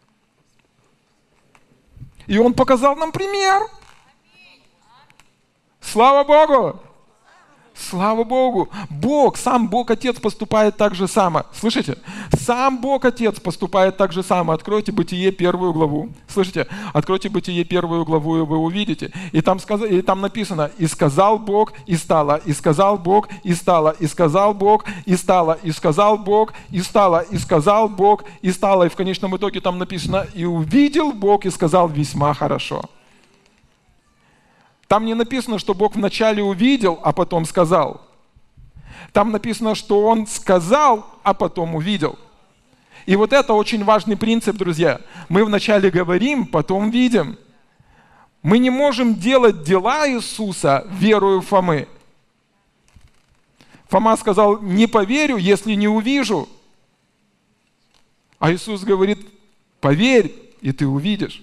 И Он показал нам пример. Слава Богу! Слава Богу! Бог, сам Бог Отец поступает так же само. Слышите? Сам Бог Отец поступает так же само. Откройте Бытие первую главу. Слышите? Откройте Бытие первую главу, и вы увидите. И там, сказ... и там написано: «И сказал Бог, и стало, и сказал Бог, и стало, и сказал Бог, и стало, и сказал Бог, и стало, и сказал Бог, и стало». И в конечном итоге там написано: «И увидел Бог, и сказал: весьма хорошо». Там не написано, что Бог вначале увидел, а потом сказал. Там написано, что Он сказал, а потом увидел. И вот это очень важный принцип, друзья. Мы вначале говорим, потом видим. Мы не можем делать дела Иисуса верою Фомы. Фома сказал: не поверю, если не увижу. А Иисус говорит: поверь, и ты увидишь.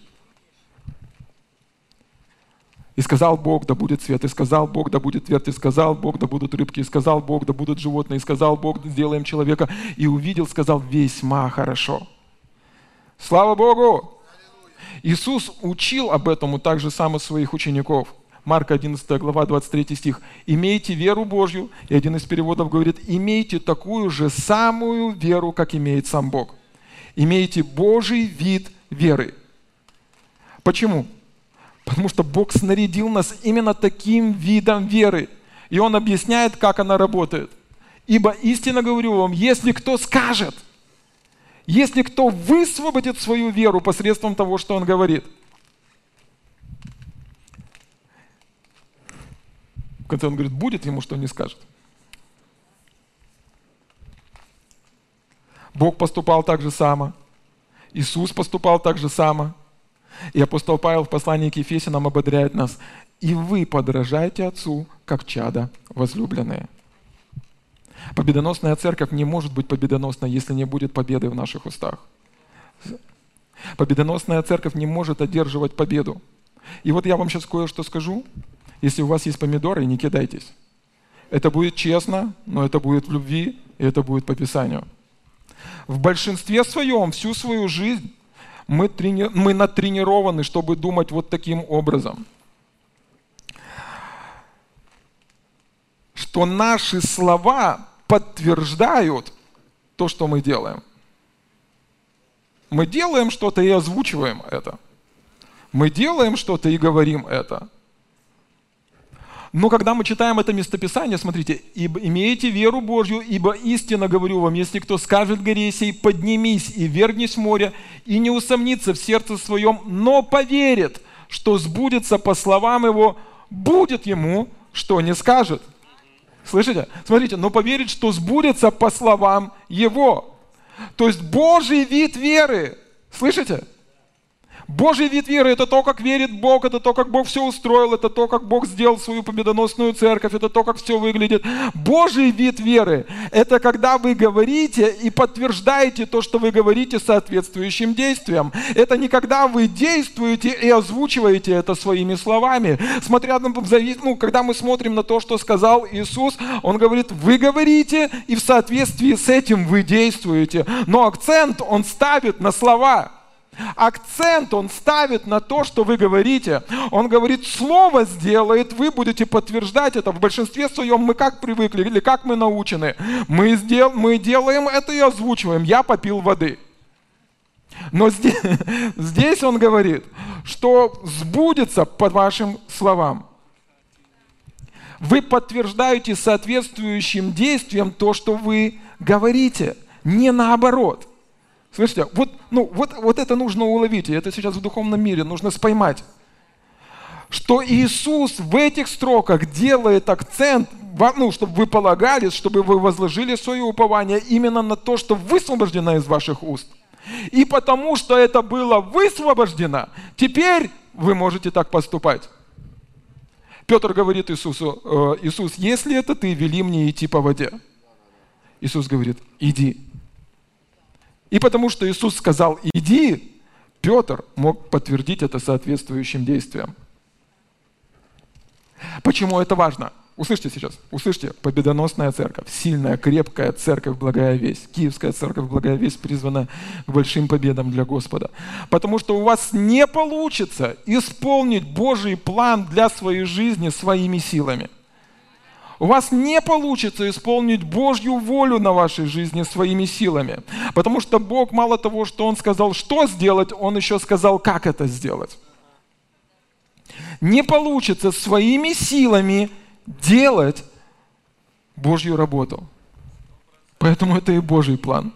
И сказал Бог: да будет свет. И сказал Бог: да будет твердь. И сказал Бог: да будут рыбки. И сказал Бог: да будут животные. И сказал Бог: сделаем человека. И увидел, сказал: весьма хорошо. Слава Богу! Иисус учил об этом так же само своих учеников. Марка одиннадцатая глава, двадцать третий стих. «Имейте веру Божью». И один из переводов говорит: «Имейте такую же самую веру, как имеет сам Бог». Имейте Божий вид веры. Почему? Потому что Бог снарядил нас именно таким видом веры. И Он объясняет, как она работает. «Ибо истинно говорю вам, если кто скажет, если кто высвободит свою веру посредством того, что Он говорит». В конце Он говорит: будет ему, что не скажет. Бог поступал так же само. Иисус поступал так же само. И апостол Павел в послании к Ефесянам ободряет нас: «И вы подражайте Отцу, как чада возлюбленные». Победоносная церковь не может быть победоносной, если не будет победы в наших устах. Победоносная церковь не может одерживать победу. И вот я вам сейчас кое-что скажу. Если у вас есть помидоры, не кидайтесь. Это будет честно, но это будет в любви, и это будет по Писанию. В большинстве своем, всю свою жизнь, Мы, трени... мы натренированы, чтобы думать вот таким образом. Что наши слова подтверждают то, что мы делаем. Мы делаем что-то и озвучиваем это. Мы делаем что-то и говорим это. Но когда мы читаем это местописание, смотрите: «Ибо имеете веру Божью, ибо истинно говорю вам, если кто скажет горе сей, поднимись и вергнись в море, и не усомнится в сердце своем, но поверит, что сбудется по словам его, будет ему, что не скажет. Слышите? Смотрите, но поверит, что сбудется по словам его. То есть Божий вид веры. Слышите? Божий вид веры – это то, как верит Бог, это то, как Бог все устроил, это то, как Бог сделал свою победоносную церковь, это то, как все выглядит. Божий вид веры – это когда вы говорите и подтверждаете то, что вы говорите соответствующим действием. Это не когда вы действуете и озвучиваете это своими словами. Смотря на, ну, когда мы смотрим на то, что сказал Иисус, Он говорит, вы говорите, и в соответствии с этим вы действуете. Но акцент Он ставит на слова. Акцент Он ставит на то, что вы говорите. Он говорит, слово сделает, вы будете подтверждать это. В большинстве своем мы как привыкли или как мы научены? Мы, сдел, мы делаем это и озвучиваем. Я попил воды. Но здесь, здесь Он говорит, что сбудется по вашим словам. Вы подтверждаете соответствующим действием то, что вы говорите, не наоборот. Слышите, вот, ну, вот, вот это нужно уловить, и это сейчас в духовном мире нужно споймать, что Иисус в этих строках делает акцент, ну, чтобы вы полагались, чтобы вы возложили свое упование именно на то, что высвобождено из ваших уст. И потому что это было высвобождено, теперь вы можете так поступать. Петр говорит Иисусу, э, Иисус, если это ты, вели мне идти по воде. Иисус говорит, иди. И потому что Иисус сказал «иди», Петр мог подтвердить это соответствующим действием. Почему это важно? Услышьте сейчас, услышьте, победоносная церковь, сильная, крепкая церковь Благая Весть, Киевская церковь Благая Весть призвана к большим победам для Господа. Потому что у вас не получится исполнить Божий план для своей жизни своими силами. У вас не получится исполнить Божью волю на вашей жизни своими силами. Потому что Бог мало того, что Он сказал, что сделать, Он еще сказал, как это сделать. Не получится своими силами делать Божью работу. Поэтому это и Божий план.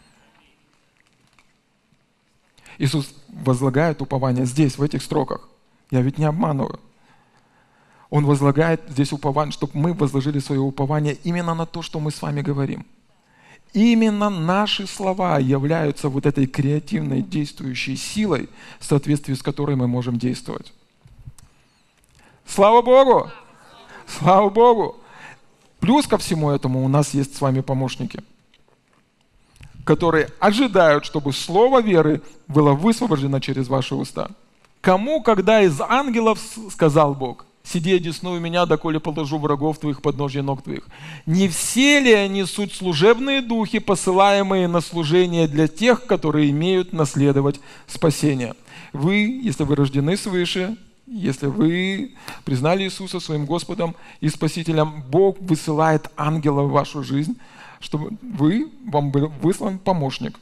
Иисус возлагает упование здесь, в этих строках. Я ведь не обманываю. Он возлагает здесь упование, чтобы мы возложили свое упование именно на то, что мы с вами говорим. Именно наши слова являются вот этой креативной действующей силой, в соответствии с которой мы можем действовать. Слава Богу! Слава Богу! Плюс ко всему этому у нас есть с вами помощники, которые ожидают, чтобы слово веры было высвобождено через ваши уста. Кому, когда из ангелов сказал Бог, «Сиди одесную меня, доколе положу врагов твоих подножья ног твоих». Не все ли они суть служебные духи, посылаемые на служение для тех, которые имеют наследовать спасение? Вы, если вы рождены свыше, если вы признали Иисуса своим Господом и Спасителем, Бог высылает ангела в вашу жизнь, чтобы вы, вам был выслан помощник.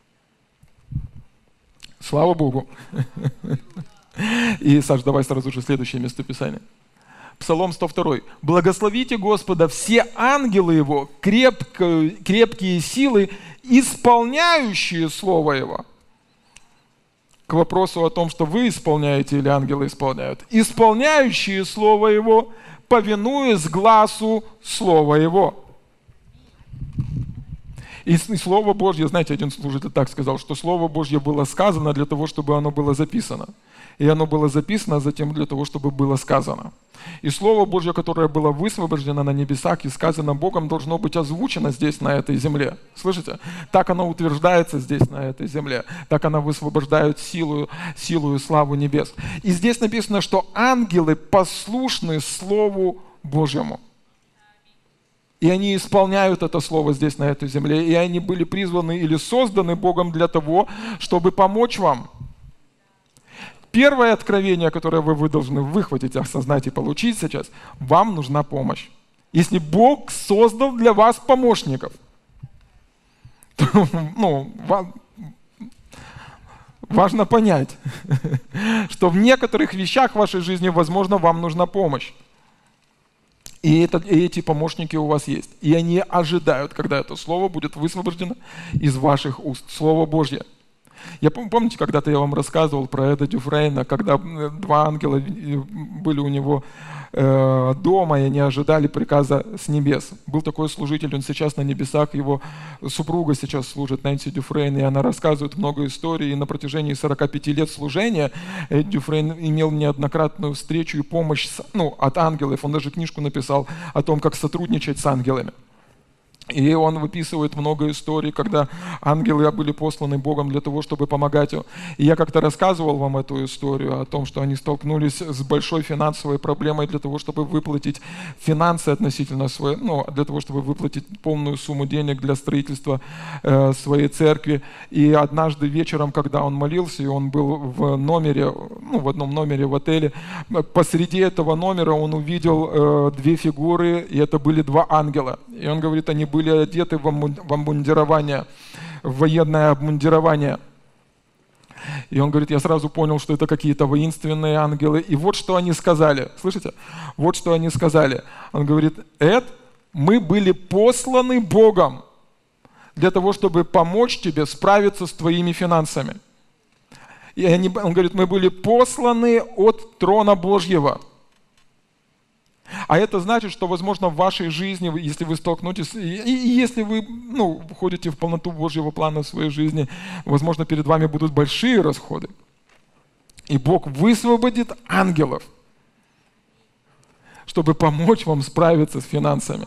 Слава Богу! И, Саш, давай сразу же следующее местописание. Псалом сто два. «Благословите Господа все ангелы Его, крепкие, крепкие силы, исполняющие Слово Его». К вопросу о том, что вы исполняете или ангелы исполняют. «Исполняющие Слово Его, повинуясь гласу Слова Его». И, и Слово Божье, знаете, один служитель так сказал, что Слово Божье было сказано для того, чтобы оно было записано. И оно было записано затем для того, чтобы было сказано. И Слово Божье, которое было высвобождено на небесах и сказано Богом, должно быть озвучено здесь, на этой земле. Слышите? Так оно утверждается здесь, на этой земле. Так оно высвобождает силу, силу и славу небес. И здесь написано, что ангелы послушны Слову Божьему. И они исполняют это слово здесь, на этой земле. И они были призваны или созданы Богом для того, чтобы помочь вам. Первое откровение, которое вы, вы должны выхватить, осознать и получить сейчас, вам нужна помощь. Если Бог создал для вас помощников, то, ну, важно понять, что в некоторых вещах в вашей жизни, возможно, вам нужна помощь. И, это, и эти помощники у вас есть. И они ожидают, когда это слово будет высвобождено из ваших уст. Слово Божье. Я пом- помните, когда-то я вам рассказывал про Эда Дюфрейна, когда два ангела были у него э, дома, и они ожидали приказа с небес. Был такой служитель, он сейчас на небесах, его супруга сейчас служит, Нэнси Дюфрейн, и она рассказывает много историй, и на протяжении сорока пяти лет служения Эд Дюфрейн имел неоднократную встречу и помощь с, ну, от ангелов. Он даже книжку написал о том, как сотрудничать с ангелами. И он выписывает много историй, когда ангелы были посланы Богом для того, чтобы помогать ему. И я как-то рассказывал вам эту историю о том, что они столкнулись с большой финансовой проблемой для того, чтобы выплатить финансы относительно своей, ну, для того, чтобы выплатить полную сумму денег для строительства э, своей церкви. И однажды вечером, когда он молился, и он был в номере, ну, в одном номере в отеле, посреди этого номера он увидел э, две фигуры, и это были два ангела. И он говорит, они были одеты в обмундирование, в военное обмундирование. И он говорит, я сразу понял, что это какие-то воинственные ангелы. И вот что они сказали. Слышите? Вот что они сказали. Он говорит, Эд, мы были посланы Богом для того, чтобы помочь тебе справиться с твоими финансами. И они, он говорит, мы были посланы от трона Божьего. А это значит, что, возможно, в вашей жизни, если вы столкнетесь, и, и если вы ну, входите в полноту Божьего плана в своей жизни, возможно, перед вами будут большие расходы. И Бог высвободит ангелов, чтобы помочь вам справиться с финансами.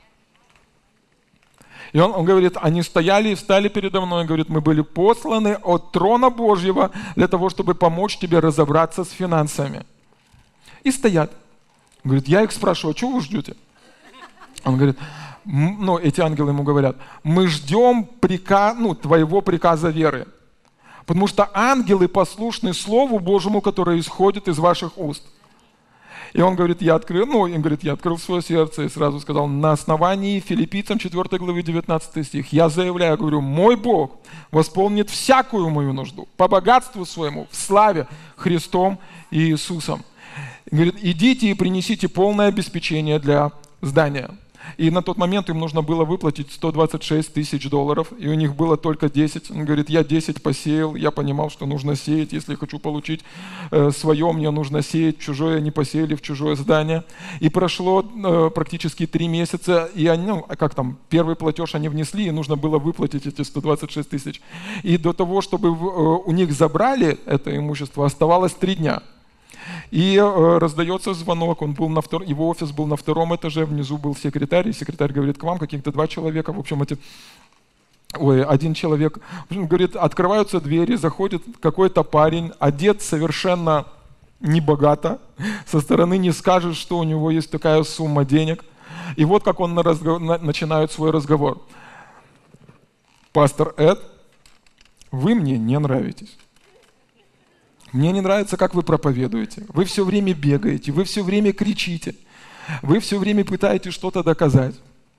И он, он говорит, они стояли и встали передо мной, он говорит, мы были посланы от трона Божьего для того, чтобы помочь тебе разобраться с финансами. И стоят. Он говорит, я их спрашиваю, а чего вы ждете? Он говорит, ну, эти ангелы ему говорят, мы ждем приказ, ну, твоего приказа веры. Потому что ангелы послушны Слову Божьему, которое исходит из ваших уст. И он говорит, я открыл, ну, он говорит, я открыл свое сердце и сразу сказал, на основании Филиппийцам четвёртой главы девятнадцатый стих, я заявляю, говорю, мой Бог восполнит всякую мою нужду по богатству своему, в славе Христом и Иисусом. Говорит, идите и принесите полное обеспечение для здания. И на тот момент им нужно было выплатить сто двадцать шесть тысяч долларов, и у них было только десять. Он говорит, я десять посеял, я понимал, что нужно сеять. Если я хочу получить э, свое, мне нужно сеять, чужое не посеяли в чужое здание. И прошло э, практически три месяца, и они, ну, как там, первый платеж они внесли, и нужно было выплатить эти сто двадцать шесть тысяч. И до того, чтобы в, э, у них забрали это имущество, оставалось три дня. И э, раздается звонок, он был на втор... его офис был на втором этаже, внизу был секретарь, и секретарь говорит, к вам каких-то два человека, в общем, эти... Ой, один человек, говорит, открываются двери, заходит какой-то парень, одет совершенно небогато, со стороны не скажешь, что у него есть такая сумма денег. И вот как он на разго... на... начинает свой разговор. Пастор Эд, вы мне не нравитесь. Мне не нравится, как вы проповедуете. Вы все время бегаете, вы все время кричите, вы все время пытаетесь что-то доказать.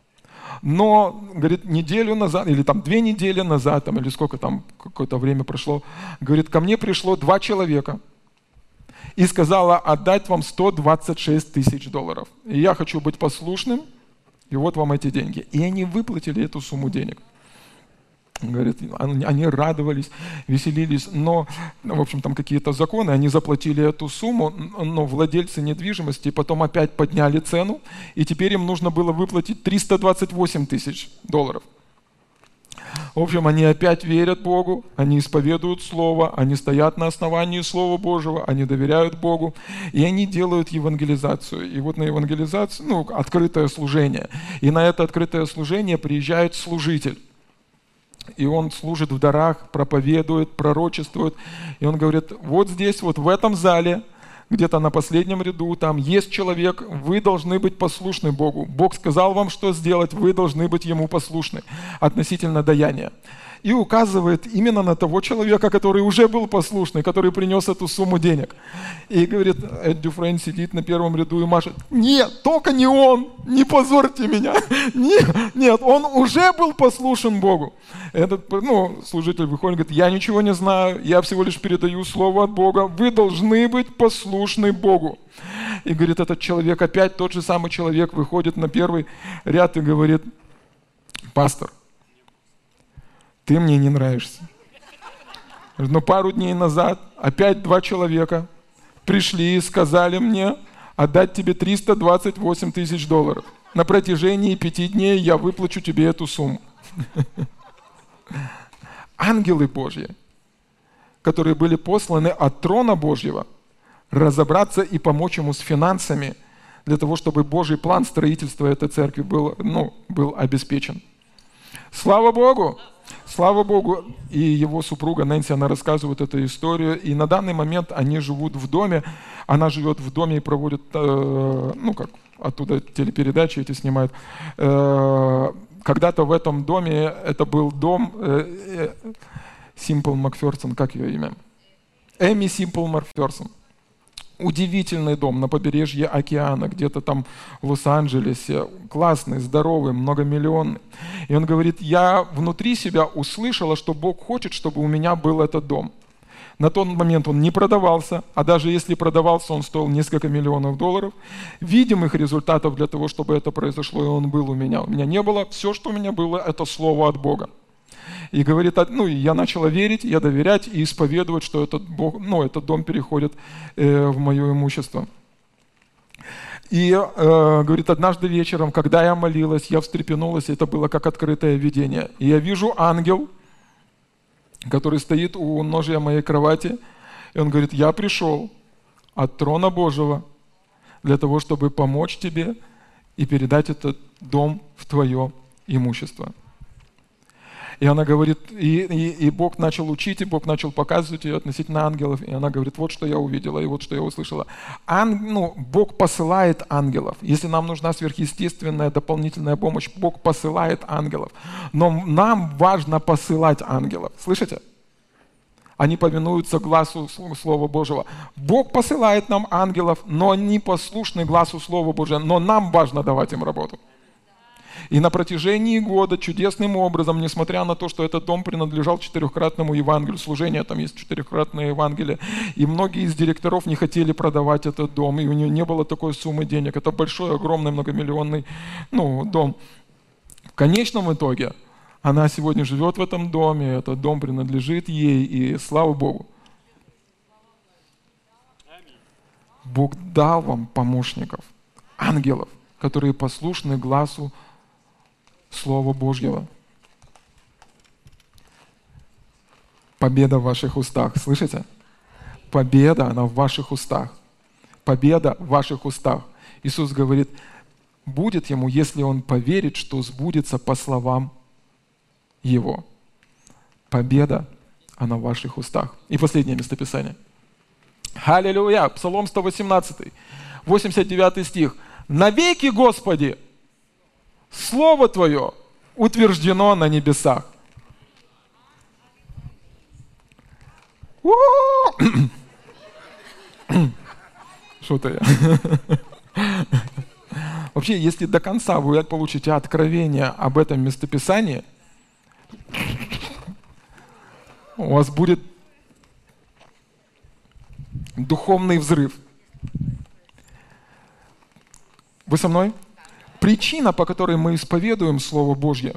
Но, говорит, неделю назад, или там две недели назад, там, или сколько там, какое-то время прошло, говорит, ко мне пришло два человека и сказала отдать вам сто двадцать шесть тысяч долларов. И я хочу быть послушным, и вот вам эти деньги. И они выплатили эту сумму денег. Говорит, они радовались, веселились, но, в общем, там какие-то законы, они заплатили эту сумму, но владельцы недвижимости потом опять подняли цену, и теперь им нужно было выплатить триста двадцать восемь тысяч долларов. В общем, они опять верят Богу, они исповедуют Слово, они стоят на основании Слова Божьего, они доверяют Богу, и они делают евангелизацию. И вот на евангелизацию, ну, открытое служение. И на это открытое служение приезжает служитель. И он служит в дарах, проповедует, пророчествует. И он говорит, вот здесь, вот в этом зале, где-то на последнем ряду, там есть человек, вы должны быть послушны Богу. Бог сказал вам, что сделать, вы должны быть Ему послушны относительно даяния. И указывает именно на того человека, который уже был послушный, который принес эту сумму денег. И говорит, Эд Дюфрейн сидит на первом ряду и машет, нет, только не он, не позорьте меня. Нет, нет, он уже был послушен Богу. Этот, ну, служитель выходит и говорит, я ничего не знаю, я всего лишь передаю слово от Бога, вы должны быть послушны Богу. И говорит, этот человек, опять тот же самый человек, выходит на первый ряд и говорит, пастор, ты мне не нравишься. Но пару дней назад опять два человека пришли и сказали мне отдать тебе триста двадцать восемь тысяч долларов. На протяжении пяти дней я выплачу тебе эту сумму. Ангелы Божьи, которые были посланы от трона Божьего, разобраться и помочь ему с финансами, для того, чтобы Божий план строительства этой церкви был, ну, был обеспечен. Слава Богу! Слава Богу! И его супруга Нэнси, она рассказывает эту историю, и на данный момент они живут в доме, она живет в доме и проводит, э, ну как, оттуда телепередачи эти снимают. Э, когда-то в этом доме, это был дом э, э, Симпл Макферсон, как ее имя? Эми Симпл Макферсон. Удивительный дом на побережье океана, где-то там в Лос-Анджелесе, классный, здоровый, многомиллионный. И он говорит, я внутри себя услышала, что Бог хочет, чтобы у меня был этот дом. На тот момент он не продавался, а даже если продавался, он стоил несколько миллионов долларов. Видимых результатов для того, чтобы это произошло, и он был у меня. У меня не было, все, что у меня было, это слово от Бога. И говорит, ну, я начала верить, я доверять и исповедовать, что этот, Бог, ну, этот дом переходит э, в мое имущество. И, э, говорит, однажды вечером, когда я молилась, я встрепенулась, это было как открытое видение. И я вижу ангел, который стоит у ножья моей кровати, и он говорит, я пришел от трона Божьего для того, чтобы помочь тебе и передать этот дом в твое имущество. И она говорит, и, и, и Бог начал учить, и Бог начал показывать ее относительно ангелов. И она говорит, вот что я увидела, и вот что я услышала. Ан, ну, Бог посылает ангелов. Если нам нужна сверхъестественная дополнительная помощь, Бог посылает ангелов. Но нам важно посылать ангелов. Слышите? Они повинуются глазу Слова Божьего. Бог посылает нам ангелов, но они послушны глазу Слова Божьего. Но нам важно давать им работу. И на протяжении года чудесным образом, несмотря на то, что этот дом принадлежал четырехкратному Евангелию, служение там есть четырехкратное Евангелие, и многие из директоров не хотели продавать этот дом, и у нее не было такой суммы денег. Это большой, огромный, многомиллионный ну, дом. В конечном итоге она сегодня живет в этом доме, этот дом принадлежит ей, и слава Богу. Бог дал вам помощников, ангелов, которые послушны глазу Слова Божьего. Победа в ваших устах. Слышите? Победа, она в ваших устах. Победа в ваших устах. Иисус говорит, будет ему, если он поверит, что сбудется по словам его. Победа, она в ваших устах. И последнее местописание. Аллилуйя! Псалом сто восемнадцать, восемьдесят девятый стих. «Навеки, Господи, Слово Твое утверждено на небесах». Что-то я. Вообще, если до конца вы получите откровение об этом местописании, у вас будет духовный взрыв. Вы со мной? Причина, по которой мы исповедуем Слово Божье,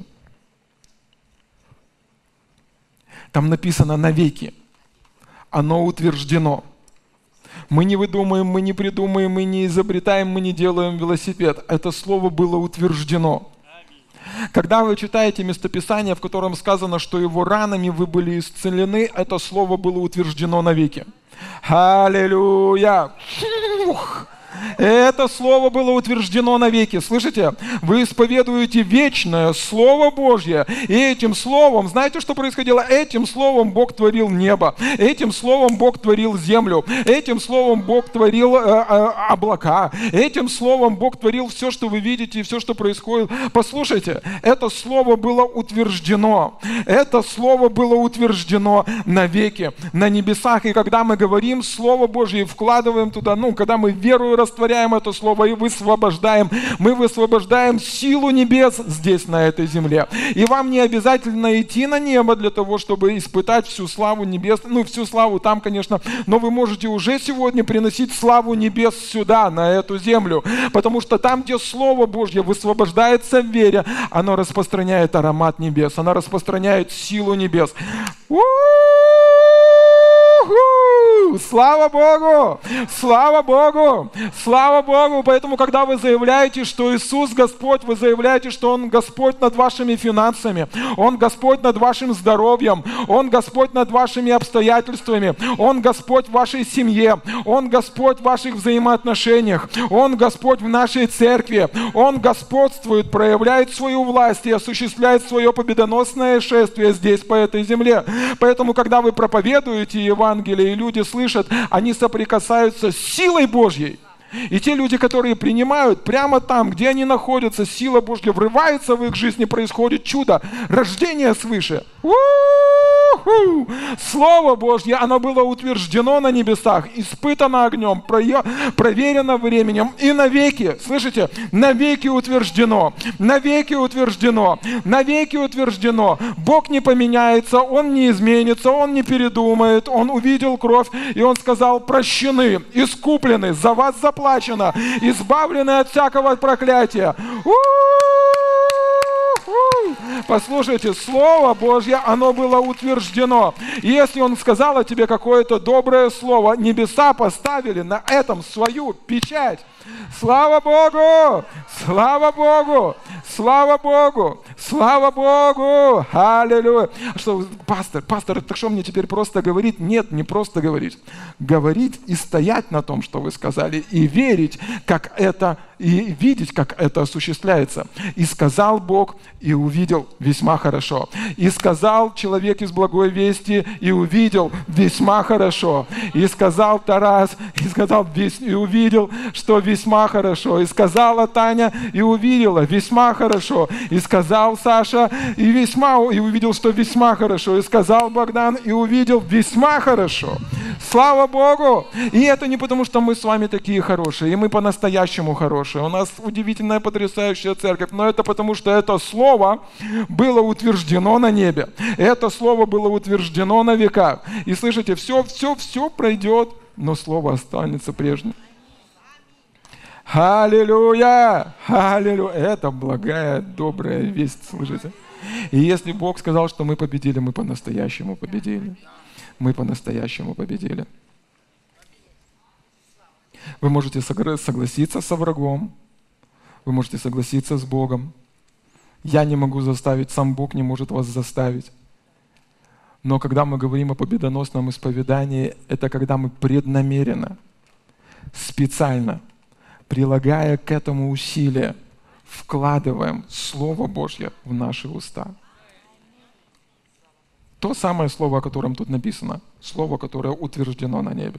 там написано «навеки». Оно утверждено. Мы не выдумаем, мы не придумаем, мы не изобретаем, мы не делаем велосипед. Это слово было утверждено. Когда вы читаете местописание, в котором сказано, что его ранами вы были исцелены, это слово было утверждено навеки. Аллилуйя! Фух. Это слово было утверждено навеки. Слышите? Вы исповедуете вечное Слово Божье. И этим словом, знаете, что происходило? Этим словом Бог творил небо. Этим словом Бог творил землю. Этим словом Бог творил э, э, облака. Этим словом Бог творил все, что вы видите, и все, что происходит. Послушайте, это слово было утверждено. Это слово было утверждено навеки, на небесах. И когда мы говорим Слово Божье и вкладываем туда, ну, когда мы верою растворяем это слово и высвобождаем, мы высвобождаем силу небес здесь, на этой земле. И вам не обязательно идти на небо для того, чтобы испытать всю славу небес, ну, всю славу там, конечно, но вы можете уже сегодня приносить славу небес сюда, на эту землю, потому что там, где Слово Божье высвобождается в вере, оно распространяет аромат небес, оно распространяет силу небес. У-у-у! У-ху! Слава Богу! Слава Богу! Слава Богу! Поэтому, когда вы заявляете, что Иисус Господь, вы заявляете, что Он Господь над вашими финансами, Он Господь над вашим здоровьем, Он Господь над вашими обстоятельствами, Он Господь в вашей семье, Он Господь в ваших взаимоотношениях, Он Господь в нашей церкви, Он господствует, проявляет свою власть и осуществляет свое победоносное шествие здесь, по этой земле. Поэтому, когда вы проповедуете Евангелие, и люди слышат, они соприкасаются с силой Божьей. И те люди, которые принимают, прямо там, где они находятся, сила Божья врывается в их жизнь, и происходит чудо, рождение свыше. У-ху! Слово Божье, оно было утверждено на небесах, испытано огнем, проверено временем и навеки, слышите, навеки утверждено, навеки утверждено, навеки утверждено. Бог не поменяется, Он не изменится, Он не передумает, Он увидел кровь, и Он сказал: прощены, искуплены, за вас заплачено, избавлены от всякого проклятия. Послушайте, Слово Божье, оно было утверждено. И если Он сказал о тебе какое-то доброе слово, небеса поставили на этом свою печать. Слава Богу! Слава Богу! Слава Богу! Слава Богу! Аллилуйя! Что, пастор, пастор, так что мне теперь просто говорить? Нет, не просто говорить. Говорить и стоять на том, что вы сказали, и верить, как это, и видеть, как это осуществляется. И сказал Бог, и увидел весьма хорошо. И сказал человек из благой вести, и увидел весьма хорошо. И сказал Тарас, и сказал, и увидел, что весьма хорошо. И сказала Таня, и увидела весьма хорошо. И сказал Саша, и весьма, и увидел, что весьма хорошо. И сказал Богдан, и увидел весьма хорошо. Слава Богу! И это не потому, что мы с вами такие хорошие, и мы по-настоящему хорошие. У нас удивительная, потрясающая церковь, но это потому, что это слово было утверждено на небе. Это слово было утверждено на веках. И слышите, все, все, все пройдет, но слово останется прежним. Аллилуйя! Аллилуйя! Это благая, добрая весть, слышите? И если Бог сказал, что мы победили, мы по-настоящему победили. Мы по-настоящему победили. Вы можете согласиться со врагом, вы можете согласиться с Богом. Я не могу заставить, сам Бог не может вас заставить. Но когда мы говорим о победоносном исповедании, это когда мы преднамеренно, специально, прилагая к этому усилия, вкладываем Слово Божье в наши уста. То самое слово, о котором тут написано, слово, которое утверждено на небе.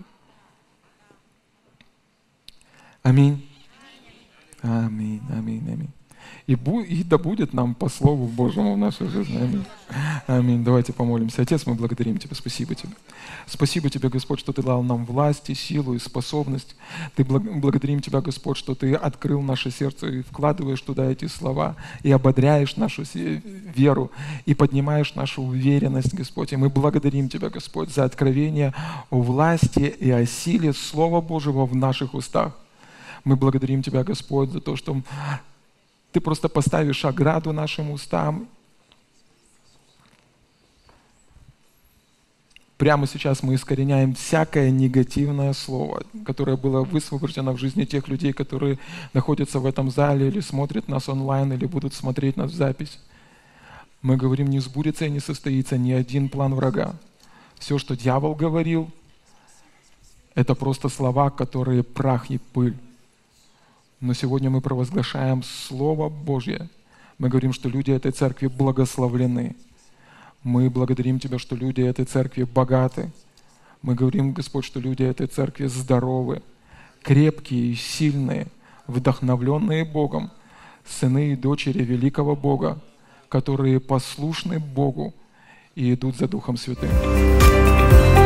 Аминь. Аминь, аминь, аминь. И, бу- и да будет нам по Слову Божьему в нашей жизни. Аминь. Аминь. Давайте помолимся. Отец, мы благодарим Тебя. Спасибо Тебе. Спасибо Тебе, Господь, что Ты дал нам власть и силу и способность. Ты благ- благодарим Тебя, Господь, что Ты открыл наше сердце и вкладываешь туда эти слова, и ободряешь нашу веру, и поднимаешь нашу уверенность, Господь. И мы благодарим Тебя, Господь, за откровение о власти и о силе Слова Божьего в наших устах. Мы благодарим Тебя, Господь, за то, что Ты просто поставишь ограду нашим устам. Прямо сейчас мы искореняем всякое негативное слово, которое было высвобождено в жизни тех людей, которые находятся в этом зале или смотрят нас онлайн, или будут смотреть нас в запись. Мы говорим, не сбудется и не состоится ни один план врага. Все, что дьявол говорил, это просто слова, которые прах и пыль. Но сегодня мы провозглашаем Слово Божье. Мы говорим, что люди этой церкви благословлены. Мы благодарим Тебя, что люди этой церкви богаты. Мы говорим, Господь, что люди этой церкви здоровы, крепкие и сильные, вдохновленные Богом, сыны и дочери великого Бога, которые послушны Богу и идут за Духом Святым.